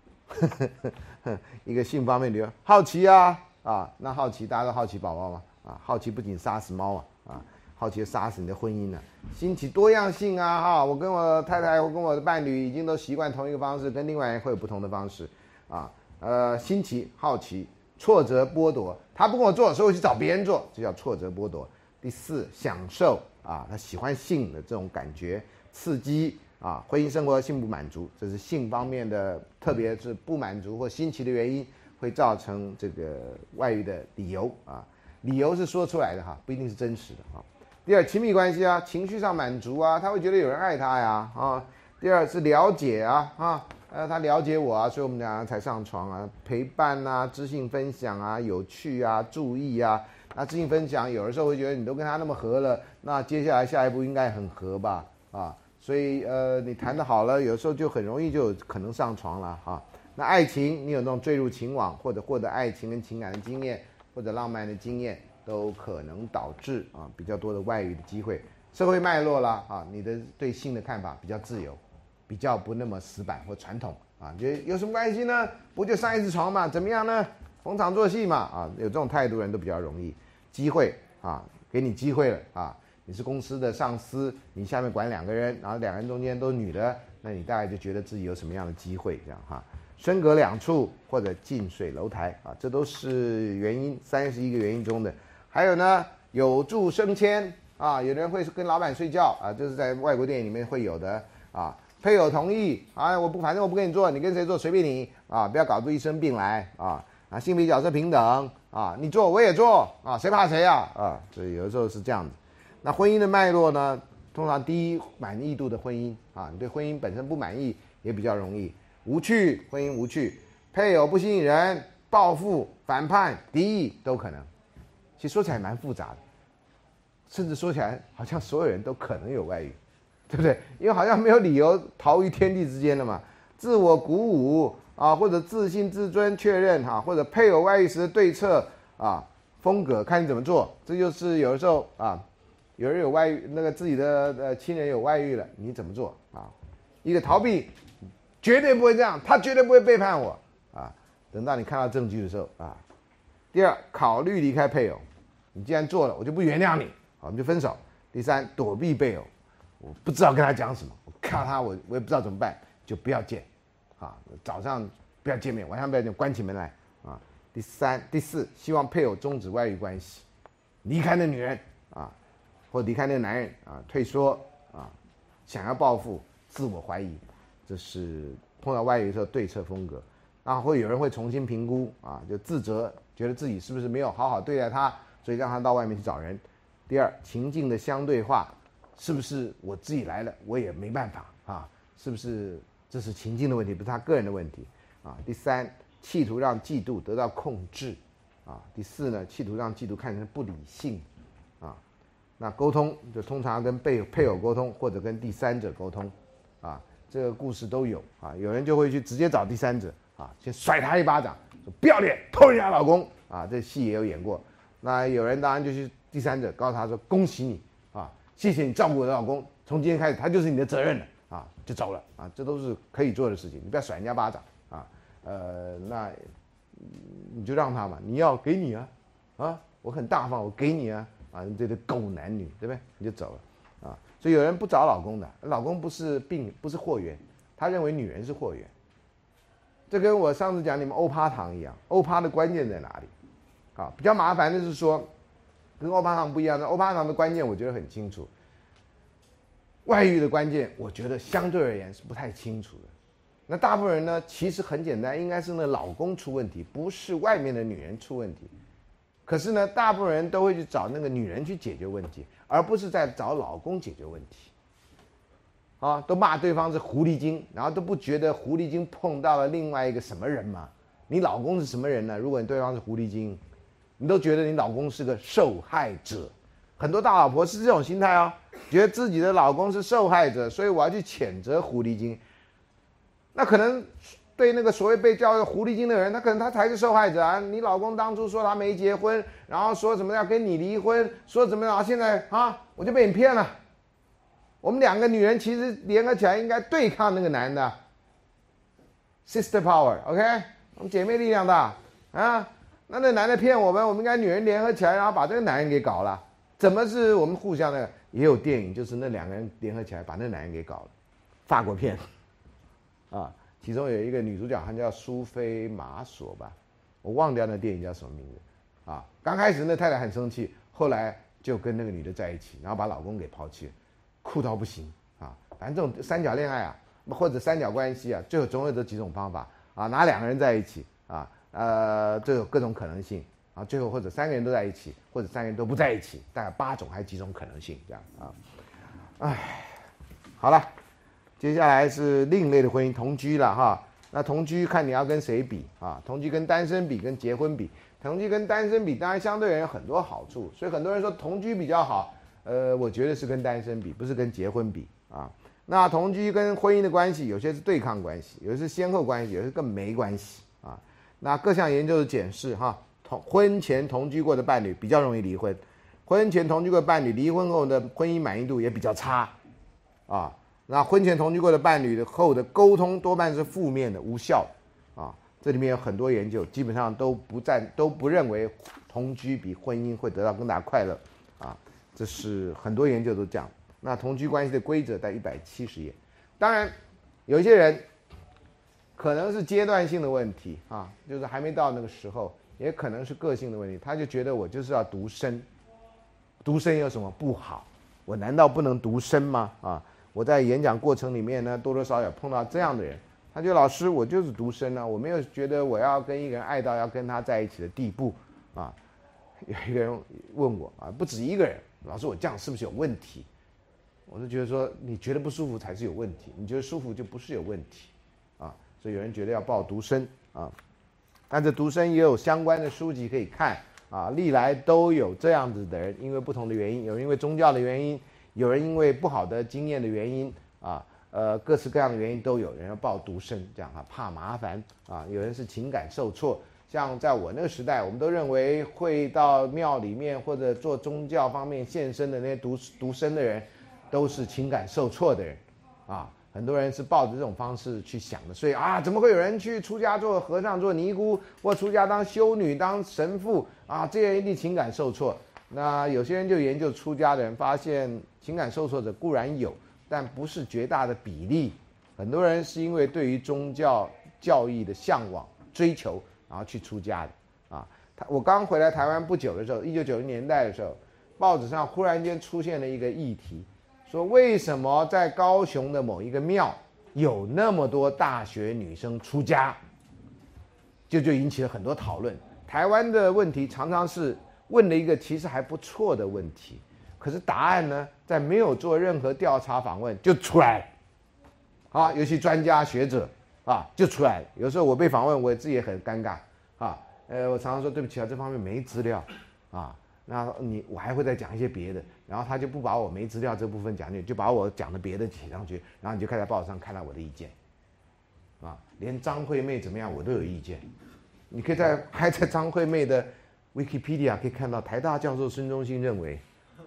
一个性方面理由，好奇啊啊，那好奇大家都好奇宝宝嘛啊，好奇不仅杀死猫啊啊，好奇杀死你的婚姻啊，兴起多样性啊哈，我跟我太太，我跟我的伴侣已经都习惯同一个方式，跟另外人会有不同的方式啊，呃，新奇好奇，挫折剥夺，他不跟我做，所以我去找别人做，这叫挫折剥夺。第四，享受啊，他喜欢性的这种感觉刺激啊，婚姻生活性不满足，这是性方面的，特别是不满足或新奇的原因，会造成这个外遇的理由啊。理由是说出来的哈，不一定是真实的啊。第二，亲密关系啊，情绪上满足啊，他会觉得有人爱他呀啊。第二是了解啊啊，呃，他了解我啊，所以我们两个才上床啊，陪伴啊，知性分享啊，有趣啊，注意啊。那知性分享，有的时候会觉得你都跟他那么合了，那接下来下一步应该很合吧？啊，所以呃，你谈得好了，有时候就很容易就有可能上床了哈。那爱情，你有那种坠入情网或者获得爱情跟情感的经验，或者浪漫的经验，都可能导致啊比较多的外遇的机会。社会脉络啦啊，你的对性的看法比较自由，比较不那么死板或传统啊，觉得有什么关系呢？不就上一次床嘛，怎么样呢？逢场作戏嘛啊，有这种态度的人都比较容易。机会啊，给你机会了啊！你是公司的上司，你下面管两个人，然后两个人中间都是女的，那你大概就觉得自己有什么样的机会这样哈？身隔两处或者近水楼台啊，这都是原因，三十一个原因中的。还有呢，有助升迁啊，有人会跟老板睡觉啊，这是在外国电影里面会有的啊。配偶同意啊，我不反正我不跟你做，你跟谁做随便你啊，不要搞出一身病来啊啊，性别角色平等。啊，你做我也做啊，谁怕谁啊？啊，所以有的时候是这样子。那婚姻的脉络呢？通常低满意度的婚姻啊，你对婚姻本身不满意也比较容易。无趣，婚姻无趣，配偶不吸引人，报复、反叛、敌意都可能。其实说起来蛮复杂的，甚至说起来好像所有人都可能有外遇，对不对？因为好像没有理由逃于天地之间的嘛。自我鼓舞。啊，或者自信自尊确认哈，或者配偶外遇时的对策啊，风格看你怎么做。这就是有的时候啊，有人有外遇，那个自己的呃亲人有外遇了，你怎么做啊？一个逃避，绝对不会这样，他绝对不会背叛我啊。等到你看到证据的时候啊。第二，考虑离开配偶，你既然做了，我就不原谅你，好，我们就分手。第三，躲避配偶， 我不知道跟他讲什么，我看到他我我也不知道怎么办，就不要见，啊，早上不要见面，晚上不要见，关起门来啊。第三、第四，希望配偶终止外遇关系，离开那女人啊，或离开那个男人啊，退缩啊，想要报复，自我怀疑，这是碰到外遇的时候对策风格。然后会有人会重新评估啊，就自责，觉得自己是不是没有好好对待他，所以让他到外面去找人。第二，情境的相对化，是不是我自己来了，我也没办法啊？是不是这是情境的问题，不是他个人的问题啊？第三，企图让嫉妒得到控制啊。第四呢，企图让嫉妒看成不理性啊。那沟通就通常跟配配偶沟通，或者跟第三者沟通啊。这个故事都有啊，有人就会去直接找第三者。啊，先甩他一巴掌，说不要脸，偷人家老公啊！这戏也有演过。那有人当然就是第三者告诉他说：“恭喜你啊，谢谢你照顾我的老公，从今天开始他就是你的责任了啊！”就走了啊，这都是可以做的事情。你不要甩人家巴掌啊，呃，那你就让他嘛，你要给你啊，啊，我很大方，我给你啊，啊，你这对狗男女，对不对？你就走了啊。所以有人不找老公的，老公不是病，不是货源，他认为女人是货源。这跟我上次讲你们欧趴糖一样，欧趴的关键在哪里？啊，比较麻烦的是说，跟欧趴糖不一样的，欧趴糖的关键我觉得很清楚，外遇的关键我觉得相对而言是不太清楚的。那大部分人呢，其实很简单，应该是那老公出问题，不是外面的女人出问题。可是呢，大部分人都会去找那个女人去解决问题，而不是在找老公解决问题。啊，都骂对方是狐狸精，然后都不觉得狐狸精碰到了另外一个什么人吗？你老公是什么人呢？如果你对方是狐狸精，你都觉得你老公是个受害者。很多大老婆是这种心态哦，觉得自己的老公是受害者，所以我要去谴责狐狸精。那可能对那个所谓被叫狐狸精的人，他可能他才是受害者啊！你老公当初说他没结婚，然后说什么要跟你离婚，说怎么样，现在啊我就被你骗了。我们两个女人其实联合起来应该对抗那个男的 ，sister power，OK，、okay? 我们姐妹力量大啊。那那男的骗我们，我们应该女人联合起来，然后把这个男人给搞了。怎么是我们互相的？也有电影，就是那两个人联合起来把那男人给搞了，法国片啊。其中有一个女主角，她叫苏菲玛索吧，我忘掉那电影叫什么名字啊。刚开始那太太很生气，后来就跟那个女的在一起，然后把老公给抛弃了。酷到不行啊！反正这种三角恋爱啊，或者三角关系啊，最后总有这几种方法啊，拿两个人在一起啊，呃，就有各种可能性啊，最后或者三个人都在一起，或者三个人都不在一起，大概八种还是几种可能性这样啊。唉，好了，接下来是另类的婚姻，同居了哈。那同居看你要跟谁比啊？同居跟单身比，跟结婚比，同居跟单身比，当然相对而言有很多好处，所以很多人说同居比较好。呃，我觉得是跟单身比，不是跟结婚比啊。那同居跟婚姻的关系，有些是对抗关系，有些是先后关系，有些更没关系啊。那各项研究的检视哈，同婚前同居过的伴侣比较容易离婚，婚前同居过的伴侣离婚后的婚姻满意度也比较差啊。那婚前同居过的伴侣的后的沟通多半是负面的、无效啊。这里面有很多研究，基本上都不赞，都不认为同居比婚姻会得到更大快乐啊。这是很多研究都这样。那同居关系的规则在一百七十页。当然，有一些人可能是阶段性的问题啊，就是还没到那个时候，也可能是个性的问题。他就觉得我就是要独身，独身有什么不好？我难道不能独身吗？啊，我在演讲过程里面呢，多多少少碰到这样的人，他就老师，我就是独身啊，我没有觉得我要跟一个人爱到要跟他在一起的地步啊。有一个人问我啊，不止一个人。老师，我这样是不是有问题？我就觉得说，你觉得不舒服才是有问题，你觉得舒服就不是有问题，啊，所以有人觉得要报独身啊，但这独身也有相关的书籍可以看啊，历来都有这样子的人，因为不同的原因，有人因为宗教的原因，有人因为不好的经验的原因啊，呃，各式各样的原因都有人要报独身，这样啊，怕麻烦啊，有人是情感受挫。像在我那个时代，我们都认为会到庙里面或者做宗教方面献身的那些独独身的人，都是情感受挫的人，啊，很多人是抱着这种方式去想的，所以啊，怎么会有人去出家做和尚、做尼姑，或出家当修女、当神父啊？这些一定情感受挫。那有些人就研究出家的人，发现情感受挫者固然有， 但不是绝大的比例。很多人是因为对于宗教教义的向往、追求，然后去出家的啊。他我刚回来台湾不久的时候，一九九零年代的时候，报纸上忽然间出现了一个议题，说为什么在高雄的某一个庙有那么多大学女生出家，就就引起了很多讨论。台湾的问题常常是问了一个其实还不错的问题，可是答案呢，在没有做任何调查访问就出来了。啊，尤其专家学者啊，就出来了。有时候我被访问，我自己也很尴尬啊。呃，我常常说对不起啊，这方面没资料啊。那你我还会再讲一些别的，然后他就不把我没资料这部分讲进去，就把我讲的别的写上去，然后你就看在报纸上看到我的意见啊。连张惠妹怎么样，我都有意见。你可以在还在张惠妹的 Wikipedia 可以看到，台大教授孙中兴认为。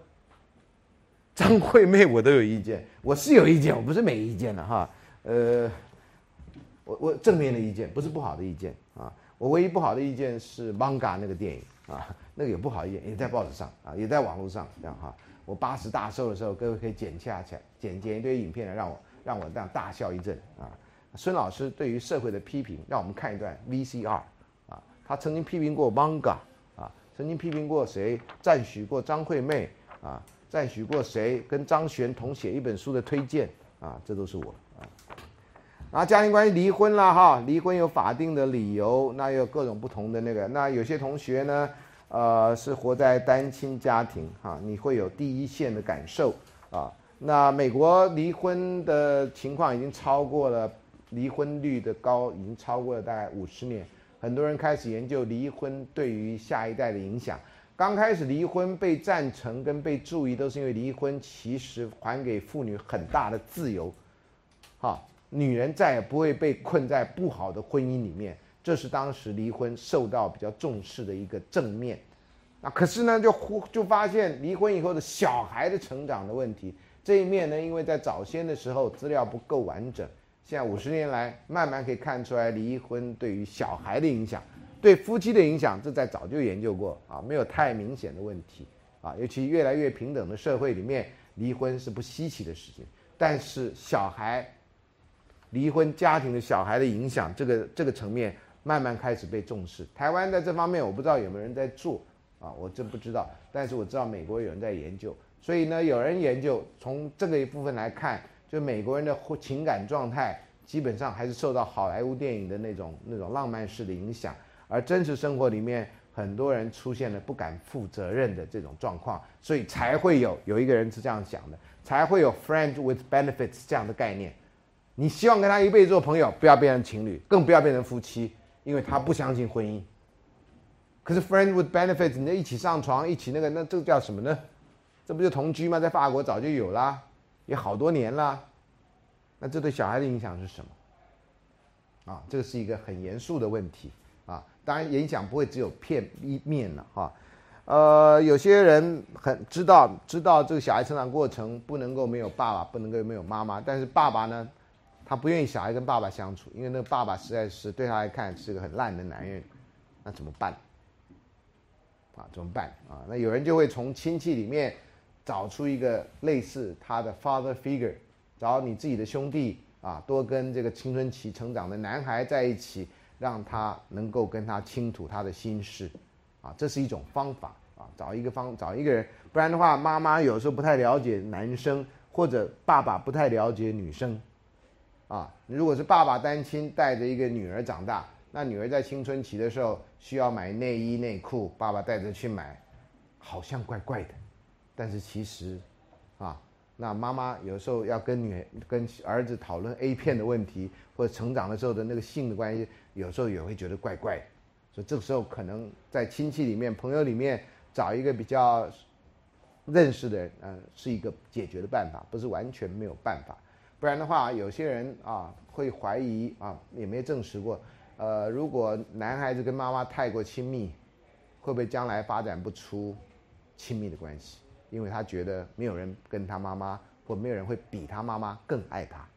张惠妹我都有意见，我是有意见，我不是没意见的哈。呃，我我正面的意见，不是不好的意见啊。我唯一不好的意见是《Manga》那个电影啊，那个有不好的意见，也在报纸上啊，也在网络上这样哈。我八十大寿的时候，各位可以剪下来，剪剪一堆影片来让我让我这样大笑一阵啊。孙老师对于社会的批评，让我们看一段 V C R 啊，他曾经批评过《Manga》啊，曾经批评过谁，赞许过张惠妹啊。赞许过谁？跟张悬同写一本书的推荐啊，这都是我啊。然后家庭关系离婚啦哈，离婚有法定的理由，那有各种不同的那个。那有些同学呢，呃，是活在单亲家庭哈，你会有第一线的感受啊。那美国离婚的情况已经超过了离婚率的高，已经超过了大概五十年。很多人开始研究离婚对于下一代的影响。刚开始离婚被赞成跟被注意，都是因为离婚其实还给妇女很大的自由，哈，女人再也不会被困在不好的婚姻里面，这是当时离婚受到比较重视的一个正面。那可是呢，就就发现离婚以后的小孩的成长的问题，这一面呢，因为在早先的时候资料不够完整，现在五十年来慢慢可以看出来离婚对于小孩的影响。对夫妻的影响，这在早就研究过啊，没有太明显的问题啊。尤其越来越平等的社会里面，离婚是不稀奇的事情。但是小孩离婚家庭的小孩的影响，这个这个层面慢慢开始被重视。台湾在这方面我不知道有没有人在做啊，我真不知道。但是我知道美国有人在研究，所以呢，有人研究从这个一部分来看，就美国人的情感状态基本上还是受到好莱坞电影的那种那种浪漫式的影响。而真实生活里面，很多人出现了不敢负责任的这种状况，所以才会有有一个人是这样想的，才会有 friend with benefits 这样的概念。你希望跟他一辈子做朋友，不要变成情侣，更不要变成夫妻，因为他不相信婚姻。可是 friend with benefits， 你就一起上床，一起那个，那这个叫什么呢？这不就同居吗？在法国早就有啦，也好多年啦。那这对小孩的影响是什么？啊，这个是一个很严肃的问题。啊，当然影响不会只有片一面了哈，呃，有些人很知道知道这个小孩成长过程不能够没有爸爸，不能够没有妈妈，但是爸爸呢，他不愿意小孩跟爸爸相处，因为那个爸爸实在是对他来看是个很烂的男人，那怎么办？啊，怎么办啊？那有人就会从亲戚里面找出一个类似他的 father figure， 找你自己的兄弟啊，多跟这个青春期成长的男孩在一起。让他能够跟他倾吐他的心事，啊，这是一种方法啊，找一个方找一个人，不然的话，妈妈有时候不太了解男生，或者爸爸不太了解女生，啊，如果是爸爸单亲带着一个女儿长大，那女儿在青春期的时候需要买内衣内裤，爸爸带着去买，好像怪怪的，但是其实，啊。那妈妈有时候要跟女跟儿子讨论 A 片的问题，或者成长的时候的那个性的关系，有时候也会觉得怪怪的。所以这个时候可能在亲戚里面、朋友里面找一个比较认识的人，呃，是一个解决的办法，不是完全没有办法。不然的话，有些人啊会怀疑啊，也没证实过，呃，如果男孩子跟妈妈太过亲密，会不会将来发展不出亲密的关系？因为他觉得没有人跟他妈妈，或没有人会比他妈妈更爱他。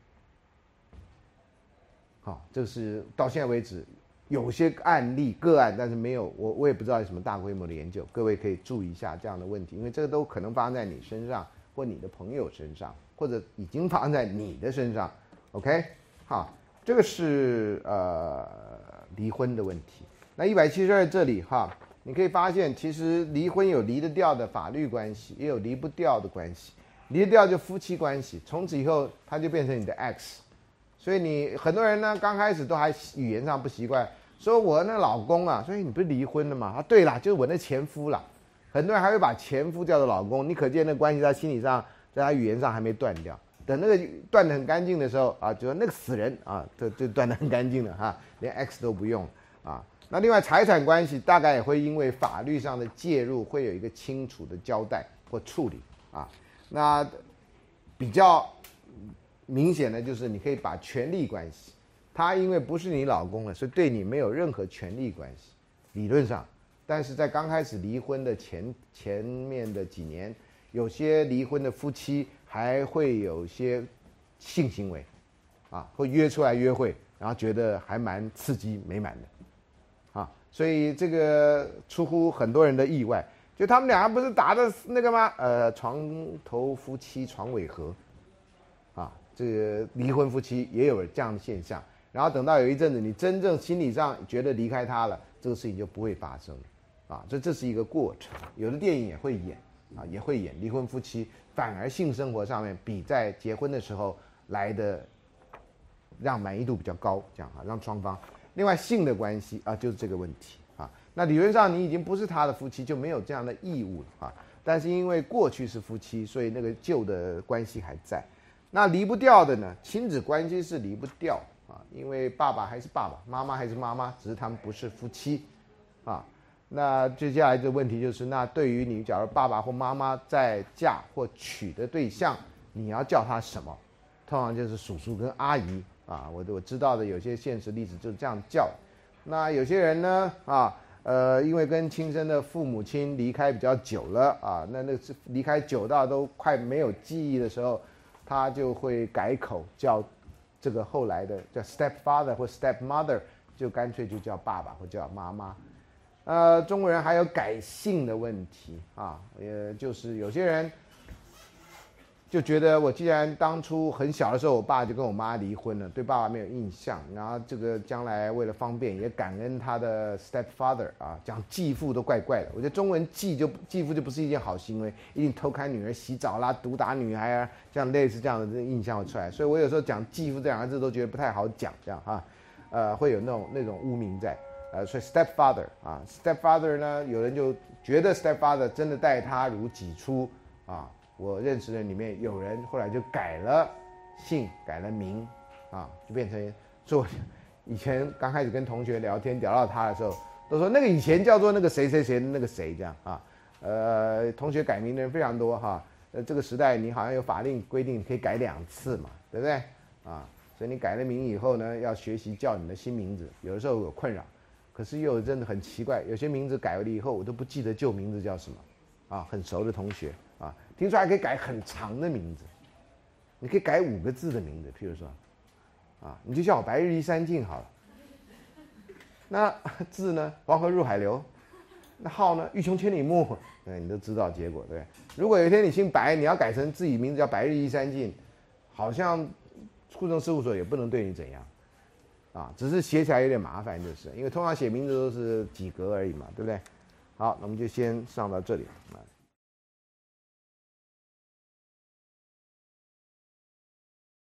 好、哦，这是到现在为止有些案例个案，但是没有我我也不知道有什么大规模的研究，各位可以注意一下这样的问题，因为这个都可能发生在你身上或你的朋友身上。 或者已经发生在你的身上。OK， 好，这个是呃离婚的问题。那一百七十二这里哈，你可以发现，其实离婚有离得掉的法律关系，也有离不掉的关系。离得掉就夫妻关系，从此以后他就变成你的 X。所以你很多人呢，刚开始都还语言上不习惯，说我那老公啊，所以你不是离婚了吗？啊，对啦，就是我那前夫啦。很多人还会把前夫叫做老公，你可见那关系在心理上，在他语言上还没断掉。等那个断得很干净的时候啊，就说那个死人啊，就就断得很干净了哈，连 X 都不用啊。那另外财产关系大概也会因为法律上的介入，会有一个清楚的交代或处理啊。那比较明显的就是你可以把权利关系，他因为不是你老公了，所以对你没有任何权利关系，理论上。但是在刚开始离婚的前前面的几年，有些离婚的夫妻还会有些性行为，啊，会约出来约会，然后觉得还蛮刺激美满的，啊，所以这个出乎很多人的意外，就他们俩不是打的那个吗？呃，床头夫妻床尾和，啊，这个离婚夫妻也有这样的现象。然后等到有一阵子，你真正心理上觉得离开他了，这个事情就不会发生了。啊，这这是一个过程，有的电影也会演，啊，也会演离婚夫妻反而性生活上面比在结婚的时候来的让满意度比较高，这样啊，让双方。另外性的关系啊，就是这个问题啊。那理论上你已经不是他的夫妻，就没有这样的义务了啊。但是因为过去是夫妻，所以那个旧的关系还在。那离不掉的呢？亲子关系是离不掉啊，因为爸爸还是爸爸，妈妈还是妈妈，只是他们不是夫妻啊。那接下来的问题就是，那对于你，假如爸爸或妈妈在嫁或娶的对象，你要叫他什么？通常就是叔叔跟阿姨啊。我我知道的有些现实例子就是这样叫。那有些人呢啊，呃，因为跟亲生的父母亲离开比较久了啊，那那是离开久到都快没有记忆的时候，他就会改口叫这个后来的叫 stepfather 或 stepmother， 就干脆就叫爸爸或叫妈妈。呃，中国人还有改姓的问题啊，也就是有些人就觉得，我既然当初很小的时候，我爸就跟我妈离婚了，对爸爸没有印象，然后这个将来为了方便，也感恩他的 stepfather 啊，讲继父都怪怪的。我觉得中文继就继父就不是一件好行为，一定偷看女儿洗澡啦，毒打女孩啊，这样类似这样的印象会出来。所以我有时候讲继父这两个字都觉得不太好讲，这样啊，呃，会有那种那种污名在。呃，所以 stepfather 啊 ，stepfather 呢，有人就觉得 stepfather 真的待他如己出啊。我认识的里面有人后来就改了姓，改了名，啊，就变成做。以前刚开始跟同学聊天聊到他的时候，都说那个以前叫做那个谁谁谁的那个谁这样啊。呃，同学改名的人非常多哈。呃，这个时代你好像有法令规定可以改两次嘛，对不对？啊，所以你改了名以后呢，要学习叫你的新名字，有的时候有困扰。可是又真的很奇怪，有些名字改了以后，我都不记得旧名字叫什么，啊，很熟的同学啊，听说还可以改很长的名字，你可以改五个字的名字，譬如说，啊，你就叫我白日依山尽好了。那字呢，黄河入海流，那号呢，欲穷千里目，对，你都知道结果，对。如果有一天你姓白，你要改成自己名字叫白日依山尽，好像户政事务所也不能对你怎样。啊，只是写起来有点麻烦，就是因为通常写名字都是几格而已嘛，对不对？好，那我们就先上到这里啊。